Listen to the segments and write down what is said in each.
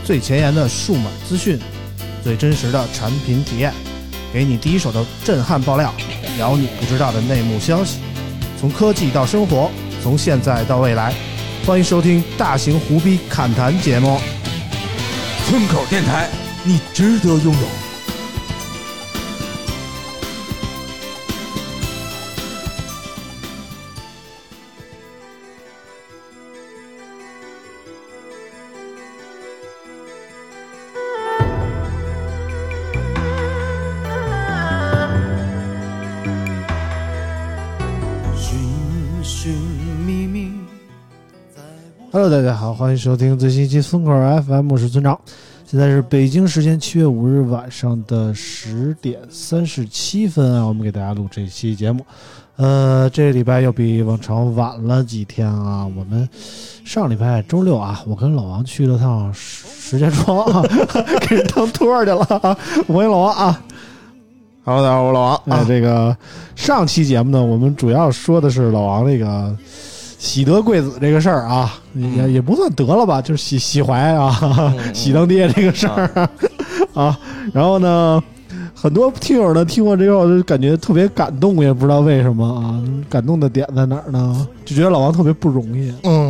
最前沿的数码资讯，最真实的产品体验，给你第一手的震撼爆料，聊你不知道的内幕消息，从科技到生活，从现在到未来。欢迎收听大型胡逼侃谈节目。 村口电台，你值得拥有。 Hello， 大家好，欢迎收听最新一期村口 FM， 我是村长。现在是北京时间7月5日晚上的10点37分啊，我们给大家录这期节目。这礼拜又比往常晚了几天啊。我们上礼拜周六啊，我跟老王去了趟石家庄啊，给人当托去了啊。欢迎老王啊。 Hello， 大家好，我是老王。 这个上期节目呢，我们主要说的是老王这个喜得贵子这个事儿啊，也不算得了吧，就是喜怀啊，喜当爹这个事儿啊。然后呢，很多听友呢听过之后就感觉特别感动，也不知道为什么啊。感动的点在哪儿呢？就觉得老王特别不容易。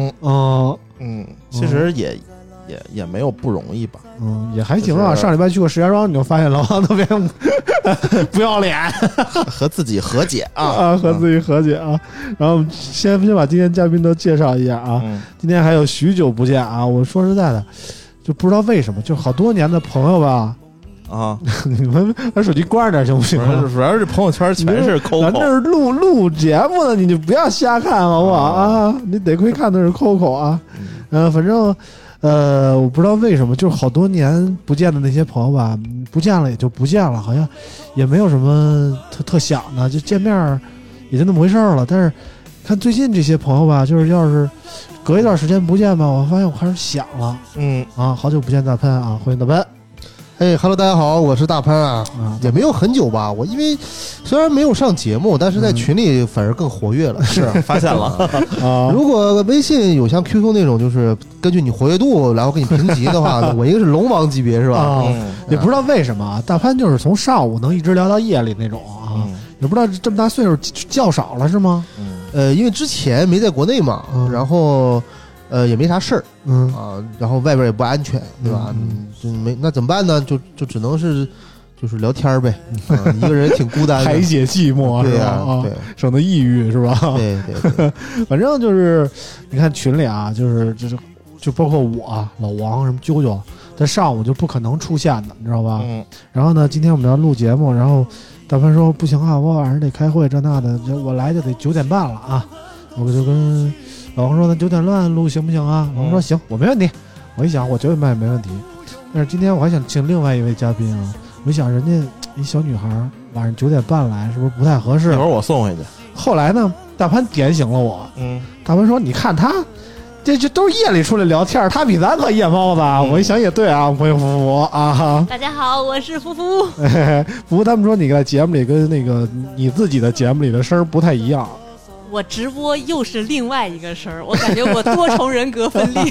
其实也没有不容易吧。 也还行啊。上礼拜去过石家庄，你就发现老王特别不要脸， 和自己和解和自己和解啊。然后先把今天嘉宾都介绍一下啊。今天还有许久不见啊，我说实在的，就不知道为什么，就好多年的朋友吧。你们把手机关着点行不行？ 主要是朋友圈全是Coco， 咱这是录节目呢，你就不要瞎看好不好啊？你得亏看的是 Coco 啊。反正我不知道为什么，就是好多年不见的那些朋友吧，不见了也就不见了，好像也没有什么特想的，就见面也就那么回事了。但是看最近这些朋友吧，就是要是隔一段时间不见吧，我发现我开始想了。好久不见大潘啊，欢迎大潘。 Hello， 大家好，我是大潘啊。也没有很久吧，我因为虽然没有上节目，但是在群里反而更活跃了。 是发现了如果微信有像 QQ 那种，就是根据你活跃度然后给你评级的话，我应该是龙王级别是吧？ 也不知道为什么大潘就是从上午能一直聊到夜里那种啊。也不知道这么大岁数较少了是吗？ 因为之前没在国内嘛，然后也没啥事儿，然后外边也不安全，对吧？就没那怎么办呢？就只能是就是聊天呗，一个人挺孤单的， 排解寂寞， 对呀，对， 省得抑郁是吧？ 对， 反正就是你看群里啊，就包括我老王什么啾啾，在上午就不可能出现的，你知道吧？然后呢，今天我们要录节目，然后大潘说不行啊，我晚上得开会这那的，我来就得9点半了啊，我就跟老王说：“那9点半录行不行啊？”老王说：“行，我没问题。”我一想，我9点半也没问题。但是今天我还想请另外一位嘉宾啊，我一想人家一小女孩晚上9点半来，是不是不太合适？ 一会儿我送回去。 后来呢，大潘点醒了我。大潘说：“你看他，这都是夜里出来聊天，他比咱可夜猫子。”我一想也对啊，欢迎福福啊！ 大家好，我是福福。 福福他们说你在节目里跟那个你自己的节目里的声不太一样。 我直播又是另外一个声儿，我感觉我多重人格分裂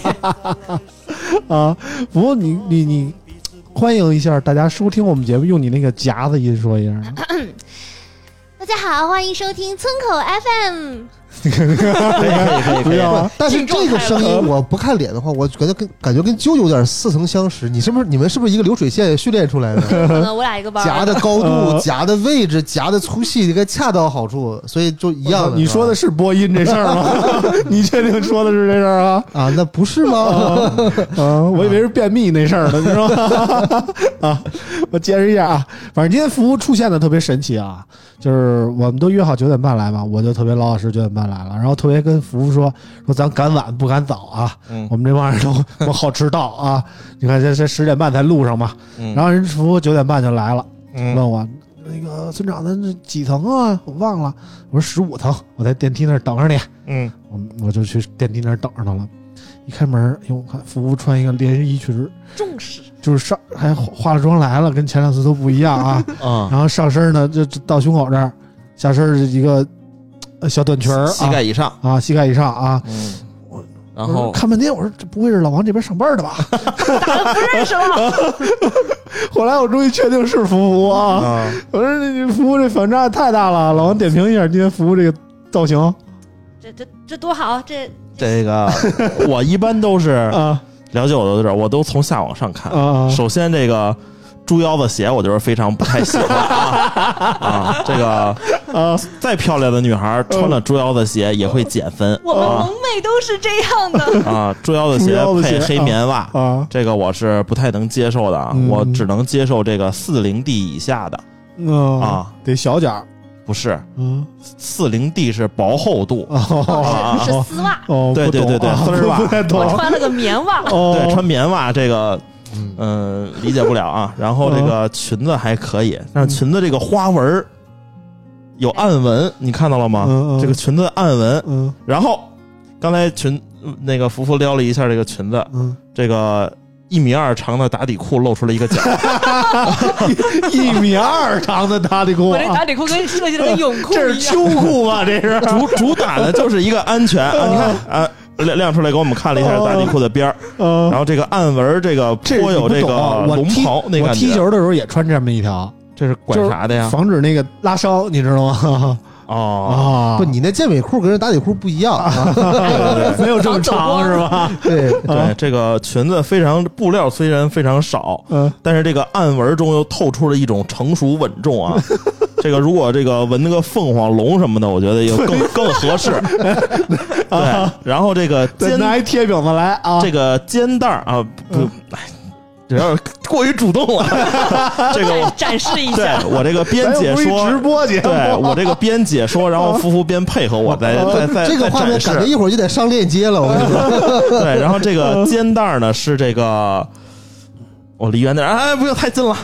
不过你欢迎一下大家收听我们节目，用你那个夹子音说一下。 大家好，欢迎收听村口 FM。 可以， 但是这个声音我不看脸的话，我感觉跟啾有点似曾相识。你们是不是一个流水线训练出来的？ 我俩一个班。 夹的高度、夹的位置、夹的粗细，应该恰到好处，所以就一样的。 你说的是播音这事儿吗？你确定说的是这事儿啊？ 那不是吗？ 我以为是便秘那事儿呢，你知道吗？我解释一下啊，反正今天服务出现的特别神奇啊，就是我们都约好9点半来嘛，我就特别老老实9点半来了，然后特别跟服务说咱赶晚不赶早啊，我们这帮人都好迟到啊，你看这10点半才路上嘛，然后人服务9点半就来了，问我那个村长咱这几层啊，我忘了，我说15层，我在电梯那儿等着你，我就去电梯那儿等着他了。一开门，我看服务穿一个连衣裙， 重视， 就是还化了妆来了，跟前2次都不一样啊。然后上身呢就到胸口这儿，下身是一个小短裙， 膝盖以上啊，膝盖以上啊。 然后看半天，我说这不会是老王这边上班的吧？ 打的不认识了。 后来我终于确定是福福啊！我说这福福这反差太大了，老王点评一下今天福福这个造型。 这多好， 这个我一般都是啊， 了解我都从下往上看。首先这个猪腰子鞋，我就是非常不太喜欢啊！这个再漂亮的女孩穿了猪腰子鞋也会减分。 我们萌妹都是这样的啊！猪腰子鞋配黑棉袜啊，这个我是不太能接受的啊！我只能接受这个40D 以下的啊， 得小脚。 不是，40D 是薄厚度， 是丝袜。 对，丝袜。 我穿了个棉袜。 对，穿棉袜这个，理解不了啊。然后这个裙子还可以，但是裙子这个花纹有暗纹，你看到了吗？这个裙子暗纹。然后刚才那个福福撩了一下这个裙子，这个1.2米长的打底裤露出了一个角 ，1.2米长的打底裤， 我这打底裤跟设计的跟泳裤一样， 这是秋裤吧？这是主打的就是一个安全啊！你看啊，亮出来给我们看了一下打底裤的边儿，然后这个暗纹，这个颇有这个龙袍那感觉。 我踢球的时候也穿这么一条， 这是管啥的呀？ 防止那个拉伤，你知道吗？ 不，你那健美裤跟人打底裤不一样啊， 没有这么长是吧？ 对， 这个裙子布料虽然非常少，但是这个暗纹中又透出了一种成熟稳重啊。这个如果这个纹那个凤凰龙什么的，我觉得也更合适。对，然后这个拿一贴饼子来啊， 这个肩带啊，只要过于主动了，这个展示一下。 对我这个边解说直播节目， 对我这个边解说，然后夫妇边配合我在这个画面感觉一会儿就得上链接了。我跟你说， 对，然后这个肩带呢是这个。我离远点，哎，不要太近了。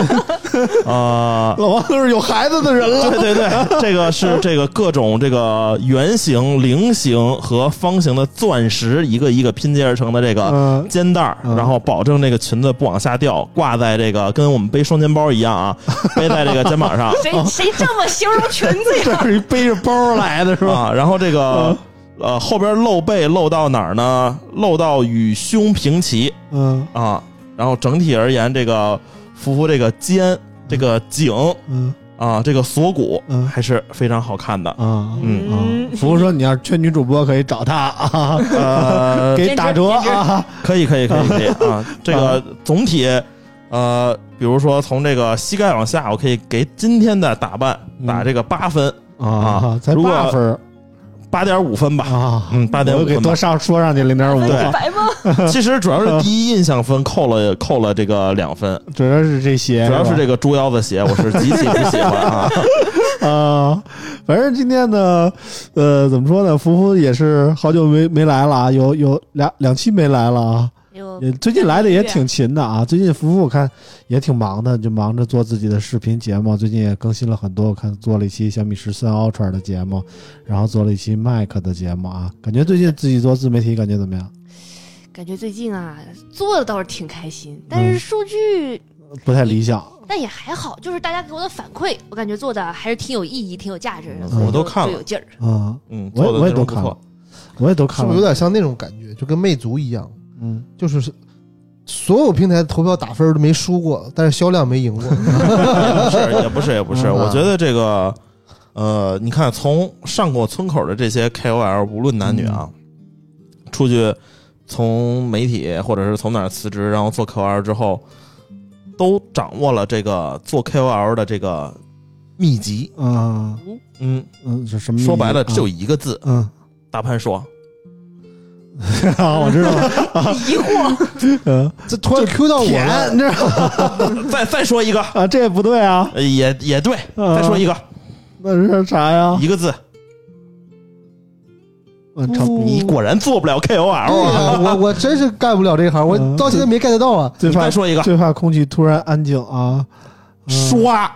老王都是有孩子的人了。 对，这个是这个各种这个圆形、菱形和方形的钻石一个一个拼接而成的这个肩带，然后保证这个裙子不往下掉，挂在这个跟我们背双肩包一样啊，背在这个肩膀上。 谁这么形容裙子呀？ 这是一背着包来的是吧？ 啊，然后这个后边露背露到哪儿呢？露到与胸平齐。然后整体而言，这个福福这个肩、这个颈，这个锁骨还是非常好看的福福说，你要是缺女主播可以找他啊，给打折啊， 可以啊。这个总体，比如说从这个膝盖往下，我可以给今天的打扮打这个8分啊，才8分。 8.5分吧8.5分， 我给多说上去0.5。 对，白吗？其实主要是第一印象分扣了这个2分， 主要是这鞋， 主要是这个猪腰子鞋，我是极其不喜欢啊。 反正今天呢，怎么说呢？福福也是好久没来了啊，有两期没来了啊。最近来的也挺勤的啊，最近福福我看也挺忙的，就忙着做自己的视频节目，最近也更新了很多，我看做了一期小米13 Ultra 的节目，然后做了一期 Mac 的节目啊，感觉最近自己做自媒体感觉怎么样？ 感觉最近啊做的倒是挺开心，但是数据不太理想， 但也还好，就是大家给我的反馈，我感觉做的还是挺有意义、挺有价值的， 我都看了， 就有劲儿。 我也都看了，我也都看了， 是不是有点像那种感觉，就跟魅族一样？就是所有平台的投票打分都没输过，但是销量没赢过。 也不是，我觉得这个，你看从上过村口的这些 KOL， 无论男女啊，出去从媒体或者是从哪儿辞职，然后做 KOL 之后，都掌握了这个做 KOL 的这个秘籍。 是什么？ 说白了，只有一个字。大潘说。 我知道了， 疑惑， 这突然 Q 到我了， 你知道吗？ 再说一个啊，这也不对啊， 也对，再说一个， 那是啥呀？ 一个字。你果然做不了 KOL 啊！我真是干不了这行，我到现在没 get 到啊。 再说一个， 最怕空气突然安静啊！ 刷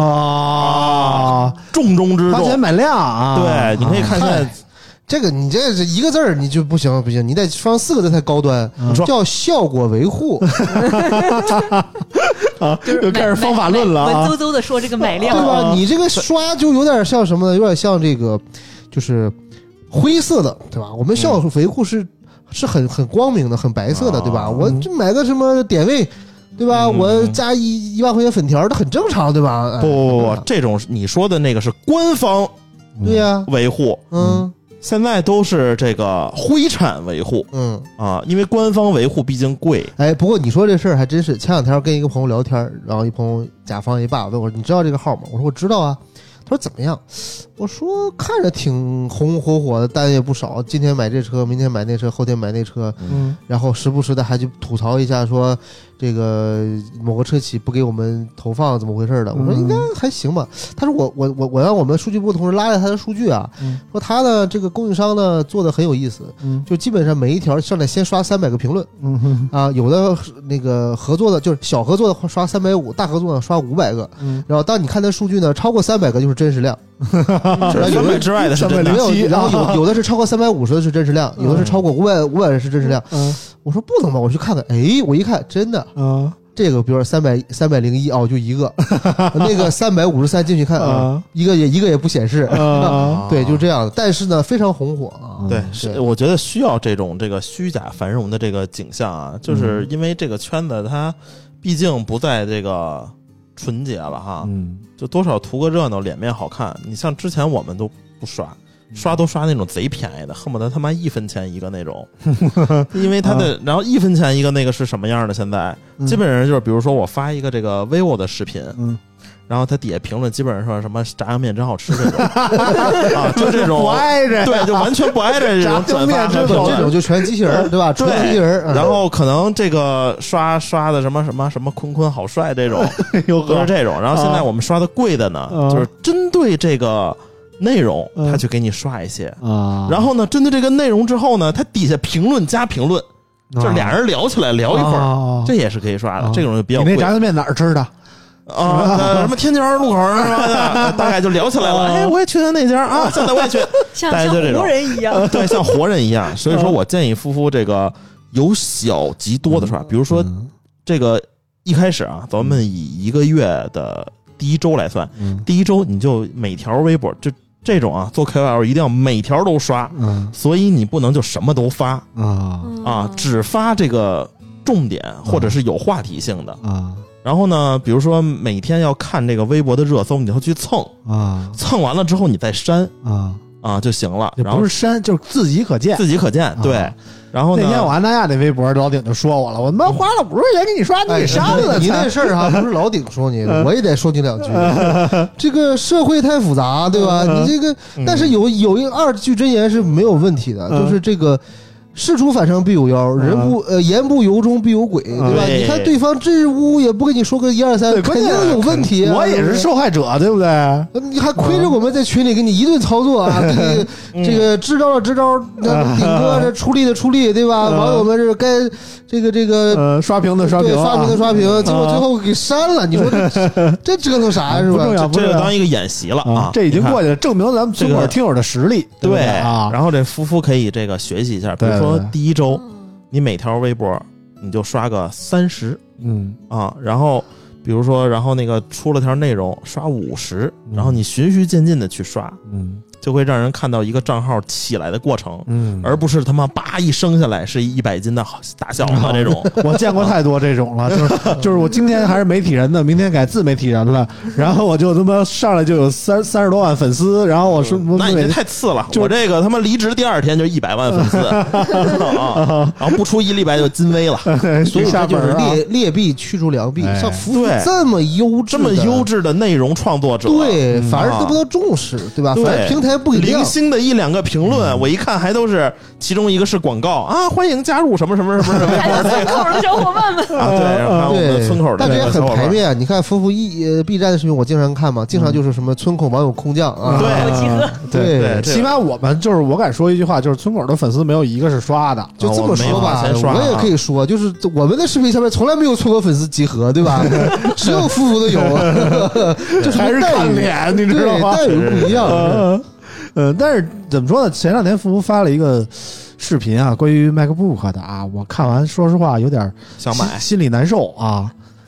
重中之重， 花钱买量啊！ 对，你可以看现在。 这个你这是一个字儿你就不行，你得放4个字才高端，叫效果维护。 又开始方法论了啊！ 文绉绉的说这个买量， 对吧？你这个刷就有点像什么呢？有点像这个，就是灰色的，对吧？我们效果维护是是很光明的，很白色的，对吧？我就买个什么点位，对吧？我加1万块钱粉条，这很正常，对吧？ 不，这种你说的那个是官方， 对呀， 维护，现在都是这个灰产维护，因为官方维护毕竟贵。 哎，不过你说这事儿还真是，前2天跟一个朋友聊天，然后一朋友甲方一爸问我，你知道这个号吗？我说我知道啊。他说怎么样？我说看着挺红红火火的，单也不少。今天买这车，明天买那车，后天买那车，然后时不时的还去吐槽一下说这个某个车企不给我们投放怎么回事的。我说应该还行吧。他说我让我们数据部同事拉着他的数据啊，说他呢这个供应商呢做的很有意思，就基本上每一条上来先刷300个评论，有的那个合作的就是小合作的刷350，大合作的刷500个，然后当你看他数据呢超过300个就是真实量。 300之外的是真的， 然后有的是超过350的是真实量，有的是超过500的是真实量。我说不能吧，我去看看。哎，我一看真的，这个比如说301哦，就一个，那个353进去看一个也不显示，对，就这样。但是呢，非常红火啊。 对，是我觉得需要这个虚假繁荣的这个景象啊，就是因为这个圈子它毕竟不在这个纯洁了哈，就多少图个热闹，脸面好看。你像之前我们都不刷都刷那种贼便宜的，恨不得他妈1分钱一个那种，因为它的，然后1分钱一个那个是什么样的？现在基本上就是，比如说我发一个这个 vivo 的视频，然后他底下评论基本上说什么炸酱面真好吃这种啊，就这种不挨着， 对，就完全不挨着这种转发这种就全机器人，对吧？纯机器人。 然后可能这个刷的什么坤好帅这种，都是这种。然后现在我们刷的贵的呢，就是针对这个内容，他去给你刷一些啊。然后呢，针对这个内容之后呢，他底下评论加评论，就是俩人聊起来聊一会儿，这也是可以刷的。这种就比较贵。 你那炸酱面哪儿吃的？ 什么天桥路口什么的，大概就聊起来了。哎，我也去的那家啊，现在我也去， 像活人一样， 对，像活人一样。所以说我建议夫妇这个由小及多的刷，比如说这个一开始啊，咱们以1个月的第1周来算，第1周你就每条微博就这种啊，做 KOL 一定要每条都刷，所以你不能就什么都发啊，只发这个重点或者是有话题性的啊。然后呢，比如说每天要看这个微博的热搜，你就去蹭啊，蹭完了之后你再删啊就行了。然后不是删，就是自己可见， 对。然后那天我安达亚那微博，老顶就说我了，我他妈花了50块钱给你刷，你给删了。 你那事儿哈，不是老顶说你，我也得说你2句。这个社会太复杂，对吧？你这个，但是有一2句真言是没有问题的，就是这个。事出反常必有妖，言不由衷必有鬼，对吧？你看对方支支吾吾也不跟你说个1、2、3，肯定有问题。 我也是受害者，对不对？ 你还亏着我们在群里给你一顿操作啊，给你这个支招的支招，顶哥这出力的出力，对吧？网友们是该这个刷屏的刷屏， 刷屏的刷屏，结果最后给删了。你说这折腾啥是吧？ 这就当一个演习了啊！ 这已经过去了，证明咱们村口听友的实力，对啊。 然后这夫妇可以这个学习一下，比如说。第1周，你每条微博你就刷个30，然后比如说，然后那个出了条内容刷50，然后你循序渐进的去刷，就会让人看到一个账号起来的过程，而不是他妈叭一生下来是100斤的大小子这种。 我见过太多这种了，就是我今天还是媒体人呢，明天改自媒体人了，然后我就他妈上来就有30多万粉丝，然后我说那你这太次了，我这个他妈离职第2天就100万粉丝然后不出1礼拜就金威了， 所以这就是劣币驱逐良币，像服务这么优质的内容创作者， 对，反而得不到重视，对吧？反正平台不给零星的1、2个评论，我一看还都是其中一个是广告啊，欢迎加入什么什么什么什么， 还有村口的小伙伴们啊，对，然后我们的村口的， 但这也很排面。你看夫妇B 站的视频，我经常看嘛，经常就是什么村口网友空降啊， 对， 起码我们就是我敢说一句话，就是村口的粉丝没有一个是刷的， 就这么说吧，我也可以说，就是我们的视频上面从来没有村口粉丝集合，对吧？只有夫妇的有，就是还是看脸，你知道吗？ 待遇不一样。 但是怎么说呢？前2天福发了一个视频啊，关于 MacBook 的啊，我看完说实话有点想买， 心里难受啊。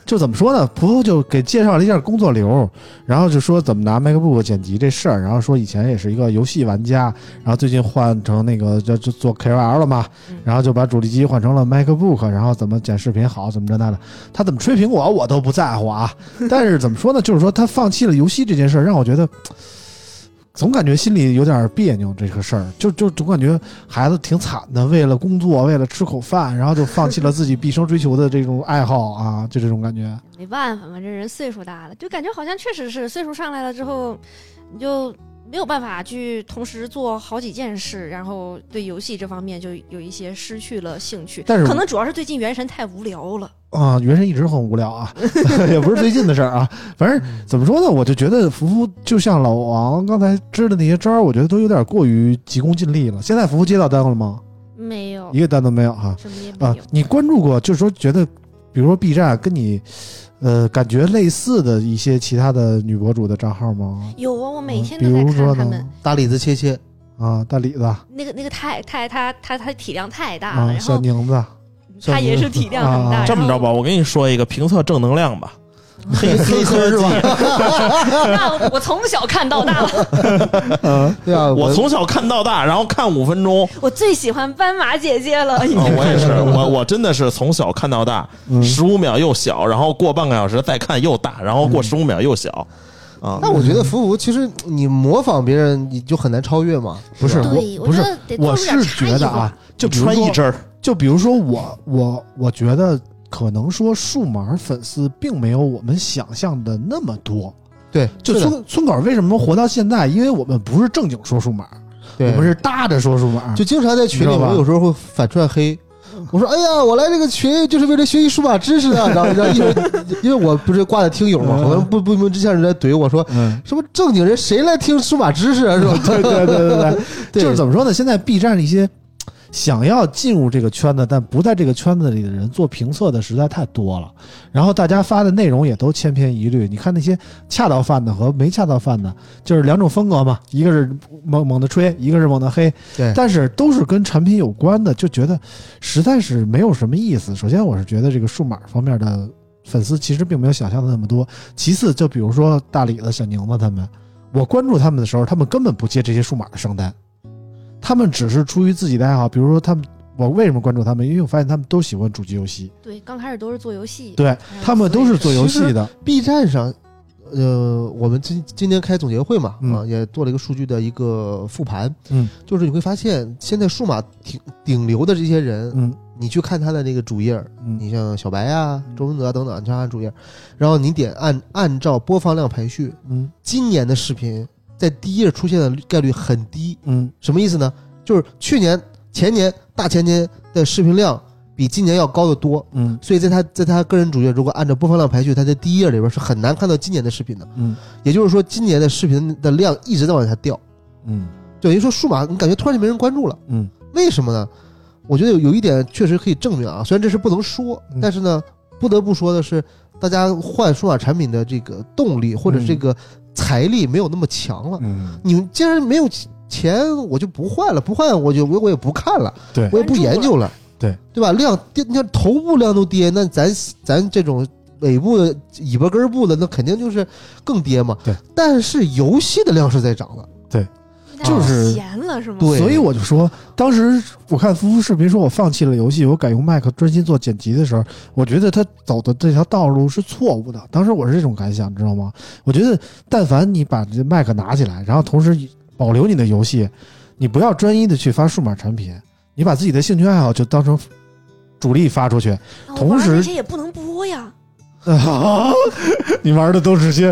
就怎么说呢？葡萄就给介绍了一下工作流，然后就说怎么拿 MacBook 剪辑这事儿，然后说以前也是一个游戏玩家，然后最近换成那个就做 KOL 了嘛，然后就把主力机换成了 MacBook， 然后怎么剪视频好，怎么着那的，他怎么吹苹果我都不在乎啊。但是怎么说呢？就是说他放弃了游戏这件事儿，让我觉得。总感觉心里有点别扭，这个事儿就总感觉孩子挺惨的，为了工作，为了吃口饭，然后就放弃了自己毕生追求的这种爱好啊，就这种感觉。 没办法嘛，这人岁数大了，就感觉好像确实是岁数上来了之后，你就没有办法去同时做好几件事，然后对游戏这方面就有一些失去了兴趣。 但是可能主要是最近原神太无聊了。 啊，原神一直很无聊啊，也不是最近的事儿啊。反正怎么说呢，我就觉得福福就像老王刚才支的那些招儿，我觉得都有点过于急功近利了。现在福福接到单了吗？ 没有， 一个单都没有哈。 什么也没有。 你关注过，就是说觉得，比如说 B 站跟你，感觉类似的一些其他的女博主的账号吗？ 有啊，我每天都在看他们。 大李子切切啊，大李子。 那个他体量太大了，然后小宁子。 他也是体量很大。 这么着吧，我跟你说一个评测正能量吧， 黑科是吧？ 那我从小看到大了。 对啊， 我从小看到大，然后看5分钟。 我最喜欢斑马姐姐了。 我也是，我真的是从小看到大，15秒又小，然后过半个小时再看又大，然后过15秒又小。啊， 那我觉得福福其实你模仿别人，你就很难超越嘛。 不是，我是觉得啊，就穿一针儿。 就比如说我觉得可能说数码粉丝并没有我们想象的那么多。 对， 就村口为什么活到现在？因为我们不是正经说数码，我们是搭着说数码。 就经常在群里，我有时候会反串黑。我说：“哎呀，我来这个群就是为了学习数码知识的。”然后因为我不是挂的听友嘛，好像不明之前人在怼我说：“什么正经人谁来听数码知识啊？”是吧？ 对，就是怎么说呢？现在 B 站一些想要进入这个圈子但不在这个圈子里的人做评测的实在太多了，然后大家发的内容也都千篇一律。你看那些恰到饭的和没恰到饭的，就是两种风格嘛，一个是猛的吹，一个是猛的黑， 对， 但是都是跟产品有关的，就觉得实在是没有什么意思。首先我是觉得这个数码方面的粉丝其实并没有想象的那么多，其次就比如说大李子、小宁子他们，我关注他们的时候他们根本不接这些数码的商单，他们只是出于自己的爱好。比如说我为什么关注他们？因为我发现他们都喜欢主机游戏。 对，刚开始都是做游戏。 对，他们都是做游戏的。 B 站上，我们今年开总结会嘛，也做了一个数据的一个复盘。就是你会发现，现在数码顶流的这些人，你去看他的那个主页，你像小白啊、周文泽等等，你去看主页，然后你点按照播放量排序，今年的视频在第一页出现的概率很低。什么意思呢？就是去年、前年、大前年的视频量比今年要高得多。所以在他个人主页，如果按照播放量排序，他在第一页里边是很难看到今年的视频的。也就是说，今年的视频的量一直在往下掉。等于说数码，你感觉突然就没人关注了。为什么呢？我觉得有一点确实可以证明啊，虽然这是不能说，但是呢，不得不说的是，大家换数码产品的这个动力或者这个财力没有那么强了。你们既然没有钱，我就不换了，不换我也不看了， 对， 我也不研究了，对吧？量跌，你看头部量都跌，那咱这种尾部的尾巴根部的，那肯定就是更跌嘛。 对， 但是游戏的量是在涨的。 对。就是闲了是吗？ 对， 所以我就说，当时我看夫妇视频说我放弃了游戏，我改用 Mac 专心做剪辑的时候，我觉得他走的这条道路是错误的。当时我是这种感想，知道吗？我觉得但凡你把这 Mac 拿起来，然后同时保留你的游戏，你不要专一的去发数码产品，你把自己的兴趣爱好就当成主力发出去，同时这些也不能播呀。 你玩的都是些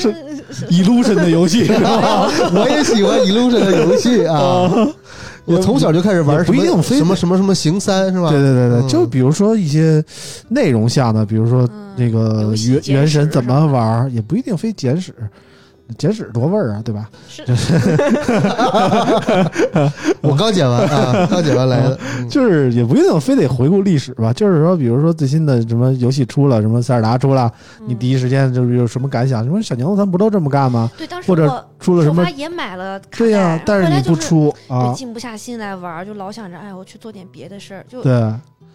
Illusion 的游戏是吧？ 我也喜欢 Illusion 的游戏啊。我从小就开始玩， 不一定非什么行3是吧？ 对，就比如说一些内容下的，比如说那个原神怎么玩，也不一定非简史。简史多味儿啊，对吧？ 是， 我刚剪完啊，刚剪完来的， 就是也不一定非得回顾历史吧。就是说，比如说最新的什么游戏出了，什么塞尔达出了，你第一时间就是有什么感想？什么小娘子他们不都这么干吗？ 对，当时或者出了什么也买了， 对呀、但是你不出啊， 对，静不下心来玩，就老想着，哎，我去做点别的事儿，就对。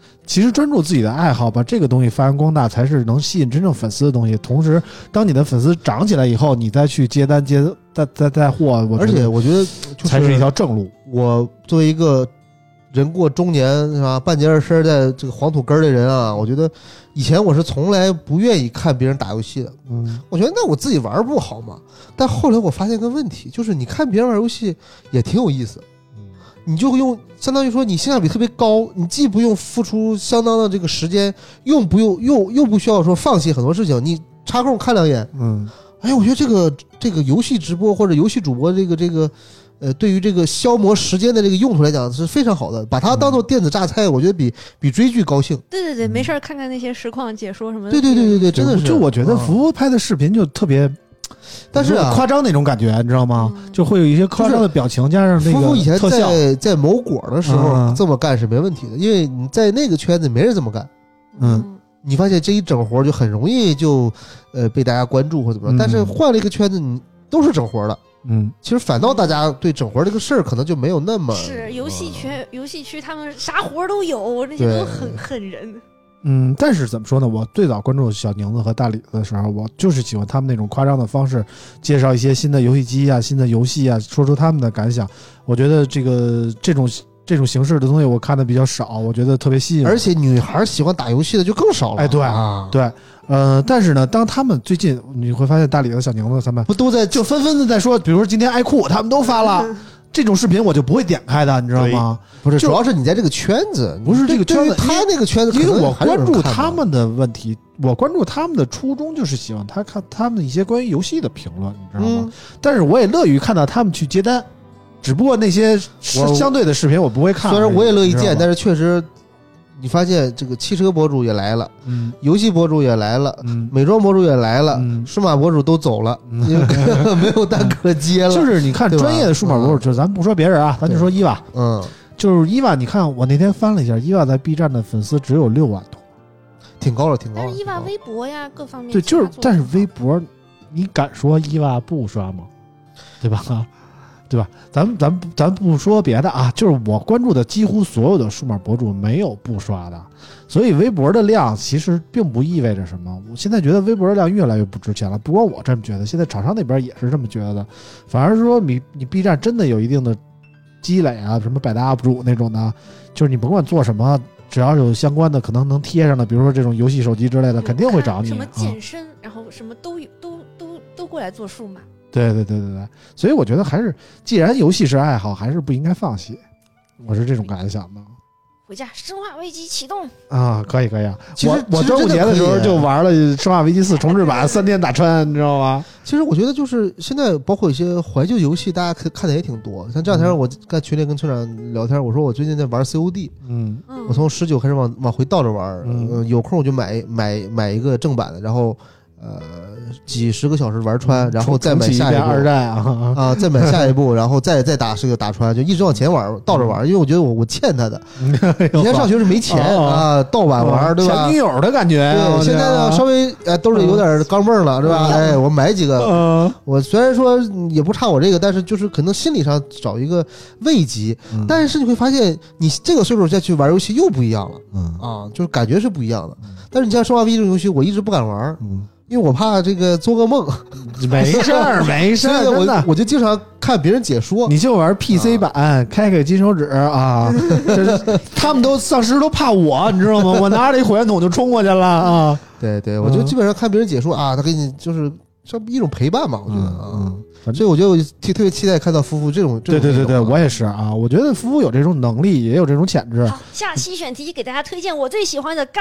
其实专注自己的爱好，把这个东西发扬光大，才是能吸引真正粉丝的东西。同时，当你的粉丝涨起来以后，你再去接单带货， 而且我觉得才是一条正路。 我作为一个人过中年是吧，半截儿身在这个黄土根的人啊，我觉得以前我是从来不愿意看别人打游戏的。我觉得那我自己玩不好嘛。但后来我发现个问题，就是你看别人玩游戏也挺有意思。你就用相当于说你性价比特别高，你既不用付出相当的这个时间，又不需要说放弃很多事情，你插空看两眼。哎，我觉得这个游戏直播或者游戏主播这个对于这个消磨时间的这个用途来讲是非常好的，把它当做电子榨菜，我觉得比追剧高兴。 对，没事看看那些实况解说什么的。 对，真的是。 就我觉得服务拍的视频就特别。但是夸张那种感觉，你知道吗？就会有一些夸张的表情，加上那个特效。 夫以前在某果的时候这么干是没问题的，因为你在那个圈子没人这么干。你发现这一整活就很容易就被大家关注或怎么样。但是换了一个圈子，你都是整活的。其实反倒大家对整活这个事儿可能就没有那么是游戏区他们啥活都有，那些都很狠人。 但是怎么说呢？我最早关注小宁子和大李子的时候，我就是喜欢他们那种夸张的方式，介绍一些新的游戏机啊、新的游戏啊，说出他们的感想。我觉得这种形式的东西我看的比较少，我觉得特别吸引。 而且女孩喜欢打游戏的就更少了。 哎，对。但是呢，当他们最近你会发现大李子、小宁子他们不都在就纷纷的在说，比如说今天爱酷他们都发了。这种视频我就不会点开的，你知道吗？ 不是，主要是你在这个圈子， 不是这个圈子， 他那个圈子， 因为我关注他们的问题，我关注他们的初衷就是喜欢看他们的一些关于游戏的评论，你知道吗？但是我也乐于看到他们去接单，只不过那些相对的视频我不会看。 虽然我也乐意见，但是确实。你发现这个汽车博主也来了，游戏博主也来了，美妆博主也来了，数码博主都走了，因为没有单可接了。 就是你看专业的数码博主，就是咱不说别人啊，咱就说伊娃，就是伊娃，你看我那天翻了一下，伊娃在 B 站的粉丝只有6万多， 挺高了。 但是伊娃微博呀，各方面对，就是但是微博，你敢说伊娃不刷吗？对吧？对吧？咱不说别的啊，就是我关注的几乎所有的数码博主没有不刷的，所以微博的量其实并不意味着什么。我现在觉得微博的量越来越不值钱了，不光我这么觉得，现在厂商那边也是这么觉得，反而是说你 B 站真的有一定的积累啊，什么百大 UP 主那种的，就是你甭管做什么，只要有相关的可能能贴上的，比如说这种游戏手机之类的，肯定会找你。 什么健身，然后什么都过来做数码。 对，所以我觉得还是，既然游戏是爱好，还是不应该放弃，我是这种感想的。 回家《生化危机》启动啊，可以啊！我端午节的时候就玩了《生化危机4》重置版，3天打穿，你知道吗？ 其实我觉得就是现在包括一些怀旧游戏，大家看的也挺多。像这两天我在群里跟村长聊天，我说我最近在玩 COD，我从19开始往回倒着玩，有空我就买一个正版的，然后。几十个小时玩穿，然后再买下一部二战啊，再买下一部，然后再打这个打穿，就一直往前玩，倒着玩，因为我觉得我欠他的。以前上学是没钱啊，盗版玩，对吧？ 前女友的感觉。 对，现在呢稍微兜里有点钢镚了，是吧？哎，我买几个。我虽然说也不差我这个，但是就是可能心理上找一个慰藉。但是你会发现，你这个岁数再去玩游戏又不一样了，就是感觉是不一样的。但是你像《生化危机》这种游戏，我一直不敢玩，因为我怕这个做噩梦。 没事儿， 我就经常看别人解说。 你就玩 PC 版，开金手指啊，他们丧尸都怕我，你知道吗？我拿着一火焰筒就冲过去了啊！ 对，我就基本上看别人解说啊，他给你就是像一种陪伴嘛，我觉得啊。所以我就特别期待看到夫妇这种。 对，我也是啊。我觉得夫妇有这种能力，也有这种潜质。 好，下期选题给大家推荐我最喜欢的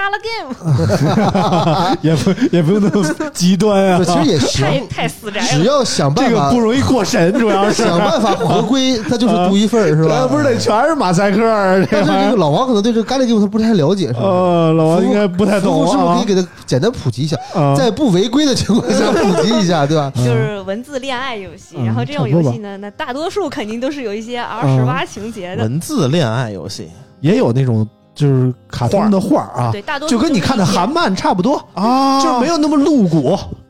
Gala Game。 也不用那么极端啊。 其实也行， 太死宅了。 只要想办法， 这个不容易过审，主要是想办法回归，他就是独一份是吧？ 不是得全是马赛克。 但是这个老王可能对这个 Gala Game 他不太了解，是吧？ 老王应该不太懂。 是不是可以给他简单普及一下，在不违规的情况下普及一下，对吧？ 就是文字恋爱游戏，然后这种游戏呢，那大多数肯定都是有一些R18情节的。 文字恋爱游戏也有那种就是卡通的画啊， 对，大多就跟你看的韩漫差不多啊，就是没有那么露骨。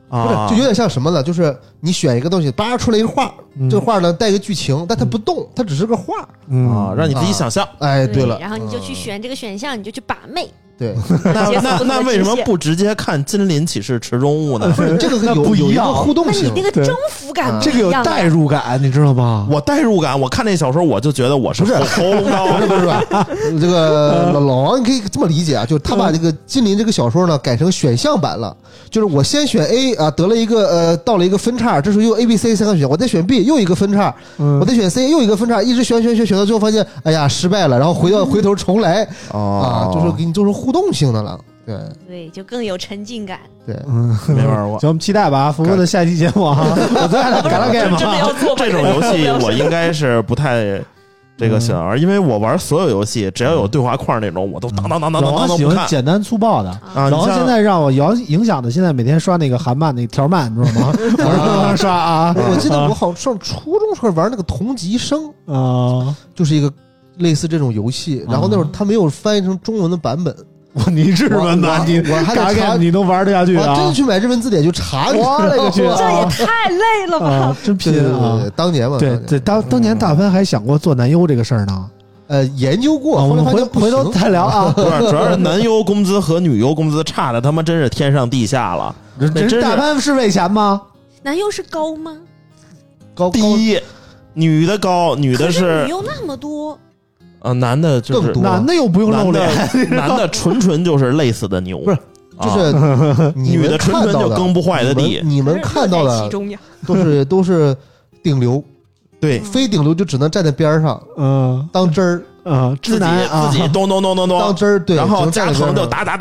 不是，就有点像什么呢？就是你选一个东西，叭出来一个画，这个画呢带一个剧情，但它不动，它只是个画啊，让你自己想象。 哎，对了， 然后你就去选这个选项，你就去把妹。 对， 那为什么不直接看《金鳞启示池中物》呢？ 这个有一个互动性， 那你那个征服感， 这个有代入感，你知道吗？ 我代入感，我看那小说我就觉得我是喉咙高， 不是这个老王，你可以这么理解啊，就是他把这个《金鳞》这个小说呢改成选项版了，就是我先选 A 啊，得了一个到了一个分叉，这时候又 A、B、C 三个选项，我再选 B 又一个分叉，我再选 C 又一个分叉，一直选到最后发现，哎呀失败了，然后回头重来啊，就是给你做出互动性的了。 对，就更有沉浸感。 对， 没玩过。 行，我们期待吧，福哥的下期节目啊，我最爱的改了改嘛。 这种游戏我应该是不太这个喜欢玩，因为我玩所有游戏，只要有对话框那种，我都当我喜欢简单粗暴的。然后现在让我影响的，现在每天刷那个韩漫那个条漫，你知道吗？我刷啊！ 我记得我好上初中时候玩那个同级生啊，就是一个类似这种游戏，然后那会儿他没有翻译成中文的版本。 你日文的，我还得查，你能玩得下去啊？ 我真去买日文字典就查， 我勒个去！ 这也太累了吧！ 真拼啊！ 当年嘛， 对，当年大芬还想过做男优这个事儿呢。 研究过， 我们回头再聊啊。 不是，主要是男优工资和女优工资差的他妈真是天上地下了。 这大芬是为钱吗？ 男优是高吗？ 低，女的高，女的是女优那么多。 男的就是男的又不用露脸， 男的纯就是累死的牛， 不是，就是女的纯就耕不坏的地。 你们看到的都是顶流， 对， 非顶流就只能站在边上，当真儿， 直男自己咚当真儿，对， 然后加藤就打。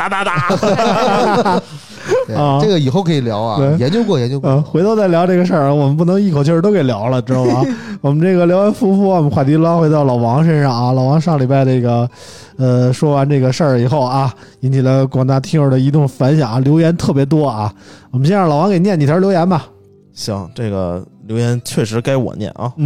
这个以后可以聊啊，研究过。 回头再聊这个事儿，我们不能一口气儿都给聊了，知道吧？我们这个聊完夫妇，我们话题拉回到老王身上啊。老王上礼拜这个，说完这个事儿以后啊，引起了广大听友的一通反响啊，留言特别多啊。我们先让老王给念几条留言吧。 行，这个留言确实该我念啊。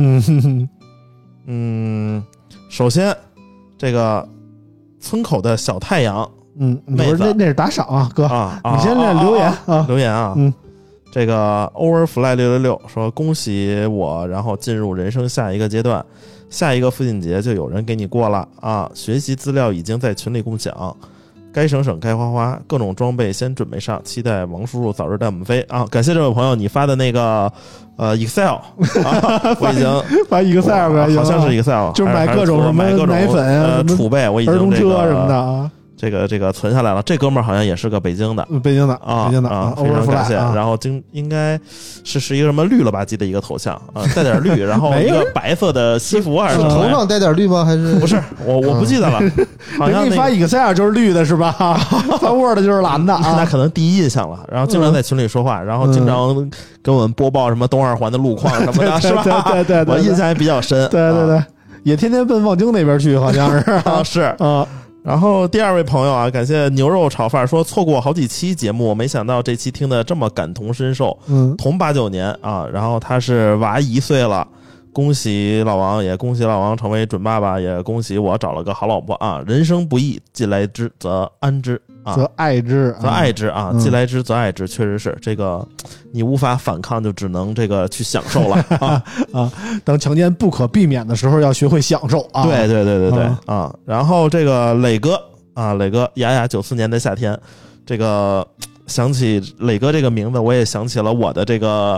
首先这个村口的小太阳。 不是那是打赏啊，哥你先念留言啊， 留言啊，这个 Overfly 666说恭喜我，然后进入人生下一个阶段，下一个父亲节就有人给你过了啊！学习资料已经在群里共享，该省该花，各种装备先准备上，期待王叔叔早日带我们飞啊！感谢这位朋友你发的那个Excel，我已经发 Excel 好像是 Excel， 就是买各种什么奶粉储备，我已经儿童车什么的啊。 这个存下来了，这哥们儿好像也是个北京的， 北京的， 非常感谢。然后应该是一个什么绿了吧唧的一个头像啊，带点绿，然后一个白色的西服还是头上带点绿吗？还是不是？我不记得了，好像给你发 Excel 就是绿的是吧？发 Word 就是蓝的， 那可能第一印象了。然后经常在群里说话，然后经常跟我们播报什么东二环的路况什么的，是吧？ 对， 我印象也比较深。 对，也天天奔望京那边去，好像是是啊。然后第二位朋友啊，感谢牛肉炒饭说错过好几期节目，没想到这期听的这么感同身受。同89年啊，然后他是娃1岁了，恭喜老王，也恭喜老王成为准爸爸，也恭喜我找了个好老婆啊！人生不易，既来之则安之啊， 则爱之啊，既来之则爱之，确实是这个，你无法反抗，就只能这个去享受了啊！ 等强奸不可避免的时候，要学会享受啊！ 对啊！然后这个磊哥雅94年的夏天，这个想起磊哥这个名字，我也想起了我的这个。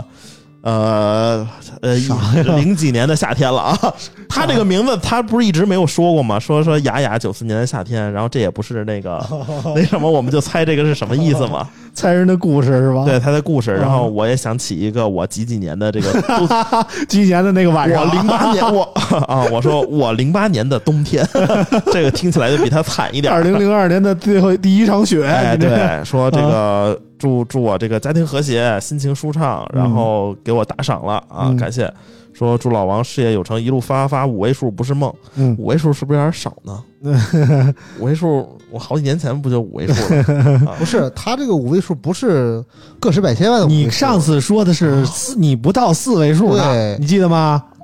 零几年的夏天了啊！他这个名字他不是一直没有说过吗？说雅94年的夏天，然后这也不是那个那什么，我们就猜这个是什么意思嘛？ 猜人的故事是吧？ 对，他的故事。然后我也想起一个我几年的这个几年的那个晚上， 我08年我说我08年的冬天，这个听起来就比他惨一点。 2002年的第一场雪， 哎，对，说这个。祝我这个家庭和谐，心情舒畅，然后给我打赏了啊，感谢。说祝老王事业有成，一路发5位数不是梦。5位数是不是有点少呢？5位数，我好几年前不就5位数了？ 不是，他这个5位数不是个十百千万的。 你上次说的是你不到4位数呢，你记得吗？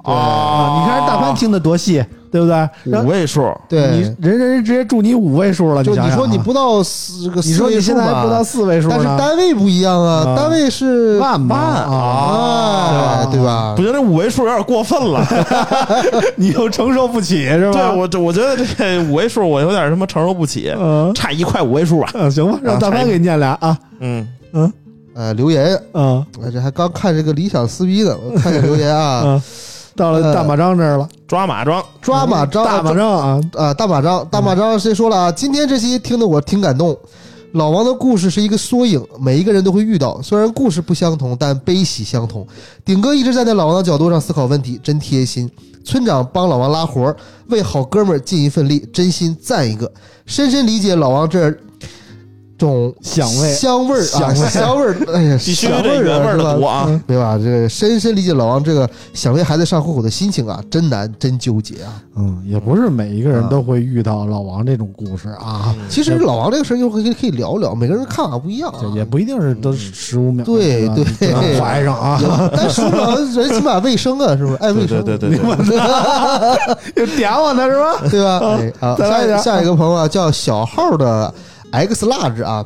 啊！你看人大潘听的多细，对不对 ？5位数， 对， 你人直接祝你5位数了， 就你说你不到你说你现在还不到4位数， 但是单位不一样啊，单位是万啊， 对吧？ 不行，这5位数有点过分了， 你又承受不起是吧？ 对，我觉得这5位数我有点什么承受不起，差1块5位数吧。 行吧，让大潘给你念俩啊。 留言，这还刚看这个理想撕逼呢，我看看留言啊。 到了大马张这儿了， 抓马张， 大马张大马张谁说了啊？今天这期听得我挺感动。老王的故事是一个缩影，每一个人都会遇到，虽然故事不相同，但悲喜相同。顶哥一直站在老王的角度上思考问题，真贴心。村长帮老王拉活，为好哥们儿尽一份力，真心赞一个。深深理解老王这种香味儿，哎呀， 必须这原味儿的读啊， 对吧？这个深深理解老王这个想为孩子上户口的心情啊，真难，真纠结啊。 也不是每一个人都会遇到老王这种故事啊。 其实老王这个事儿，可以聊聊，每个人看法不一样啊， 也不一定是都15秒。 对， 怀上啊， 但15秒人起码卫生啊，是不是？爱卫生， 对， 又点我呢是吧？ 对吧？ 再来一点。 下一个朋友啊，叫小号的。X Large 啊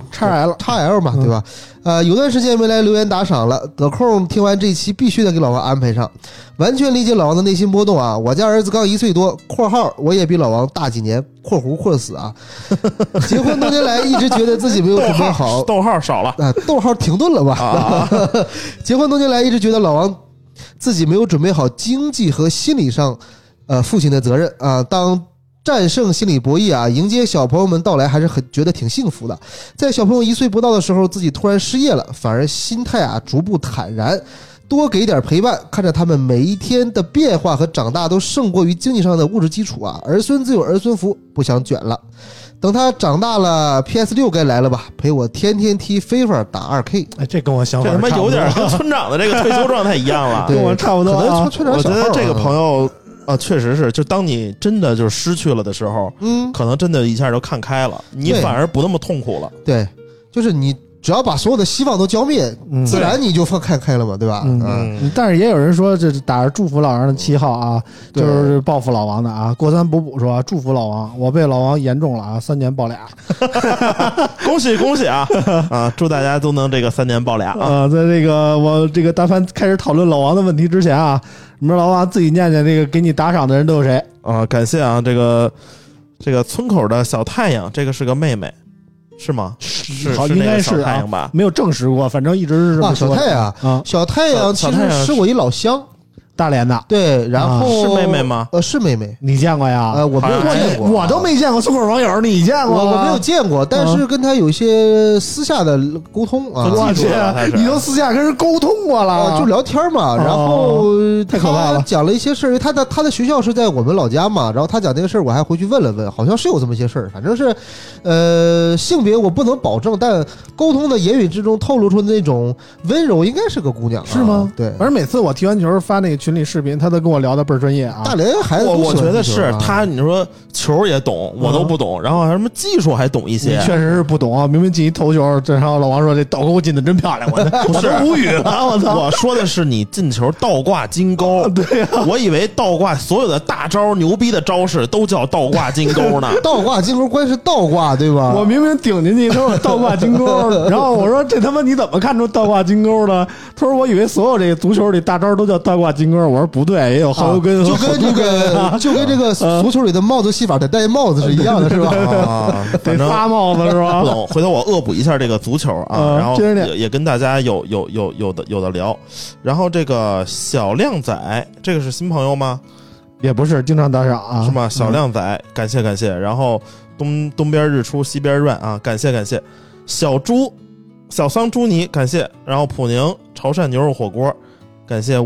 XL 嘛，对吧？有段时间没来留言打赏了，得空听完这期必须得给老王安排上。完全理解老王的内心波动啊！我家儿子刚1岁多（括号我也比老王大几年）（括弧括死啊）。结婚多年来一直觉得自己没有准备好， 逗号少了啊，逗号停顿了吧？结婚多年来一直觉得老王自己没有准备好经济和心理上父亲的责任啊。当战胜心理博弈啊，迎接小朋友们到来还是觉得挺幸福的。在小朋友1岁不到的时候，自己突然失业了，反而心态啊逐步坦然，多给点陪伴，看着他们每一天的变化和长大都胜过于经济上的物质基础啊。儿孙自有儿孙福，不想卷了。等他长大了 PS6 该来了吧，陪我天天踢 FIFA 打 2K。 哎，这跟我想法这他妈有点跟村长的这个退休状态一样了， 跟我差不多啊。 我觉得这个朋友确实是，就当你真的就是失去了的时候，可能真的一下就看开了，你反而不那么痛苦了。 对，就是你只要把所有的希望都浇灭，自然你就看开了嘛，对吧？ 但是也有人说，这打着祝福老王的旗号啊，就是报复老王的啊。过三补补说，祝福老王，我被老王严重了啊，3年报俩， 恭喜啊！祝大家都能这个3年报俩啊！ 在这个我这个大凡开始讨论老王的问题之前啊，你们老王自己念念这个给你打赏的人都有谁啊？感谢啊，这个村口的小太阳，这个是个妹妹。是吗？是应该是太阳吧？ 没有证实过，反正一直是这么说。小太阳啊，小太阳其实是我一老乡， 大连的。 对，然后是妹妹吗？ 是妹妹。 你见过呀？ 我没有见过， 我都没见过。村口网友，你见过？ 我没有见过，但是跟他有一些私下的沟通啊。 我去，你都私下跟人沟通过了， 就聊天嘛。然后太可怕了， 讲了一些事儿，因为他的学校是在我们老家嘛。然后他讲那个事儿，我还回去问了问，好像是有这么一些事儿。反正是，性别我不能保证，但沟通的言语之中透露出那种温柔，应该是个姑娘， 是吗？ 对。 反正每次我踢完球发那个群里视频，他都跟我聊的倍儿专业啊。 大连孩子， 我觉得是他，你说球也懂，我都不懂，然后还什么技术还懂一些。 你确实是不懂啊！明明进一头球，然后老王说这倒钩进的真漂亮，我都无语了，我操！ 我说的是你进球倒挂金钩， 对呀， 我以为倒挂所有的大招、牛逼的招式都叫倒挂金钩呢。 倒挂金钩关键是倒挂，对吧？ 我明明顶进去，他说倒挂金钩，然后我说这他妈你怎么看出倒挂金钩的？他说我以为所有这个足球里大招都叫倒挂金钩，我说不对，也有后油跟， 就跟这个足球里的帽子戏法得戴帽子是一样的，是吧？ 得发帽子是吧？ 不懂，回头我恶补一下这个足球啊，然后也跟大家有的聊。然后这个小靓仔，这个是新朋友吗？ 也不是，经常打赏啊， 是吗？小靓仔，感谢。然后东边日出西边乱啊，感谢。小桑朱尼，感谢。然后普宁潮汕牛肉火锅，感谢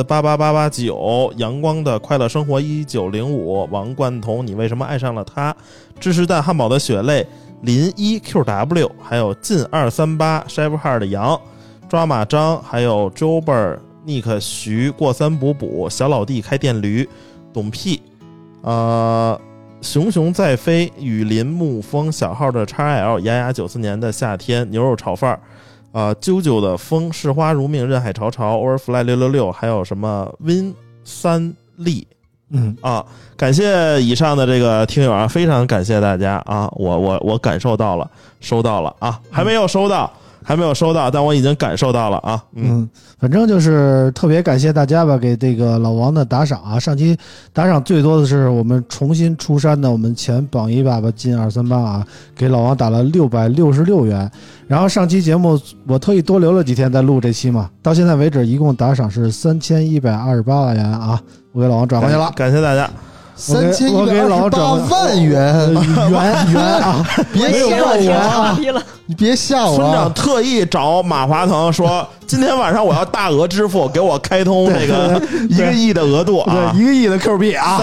5488889，阳光的快乐生活1905，王冠彤，你为什么爱上了他？芝士蛋汉堡的血泪，林一 QW， 还有近238 Chef Hard 的羊，抓马张，还有 Jober Nick 徐过三补补，小老弟开电驴，董屁，熊熊在飞，雨林沐风，小号的 XL， 雅雅94年的夏天，牛肉炒饭啾啾的风，市花如命，任海潮潮 ，Overfly 666，还有什么 Win 3粒。感谢以上的这个听友啊，非常感谢大家啊，我感受到了，收到了啊，还没有收到，但我已经感受到了啊。 反正就是特别感谢大家吧，给这个老王的打赏啊。上期打赏最多的是我们重新出山的我们前榜一爸爸金238啊，给老王打了666元。然后上期节目我特意多留了几天再录这期嘛，到现在为止一共打赏是3128元啊，我给老王转过去了， 感谢大家。 3128万元啊！ 别吓我啊！你别吓我！ 村长特意找马化腾说，今天晚上我要大额支付，给我开通这个1个亿的额度啊 ，1个亿的 Q 币啊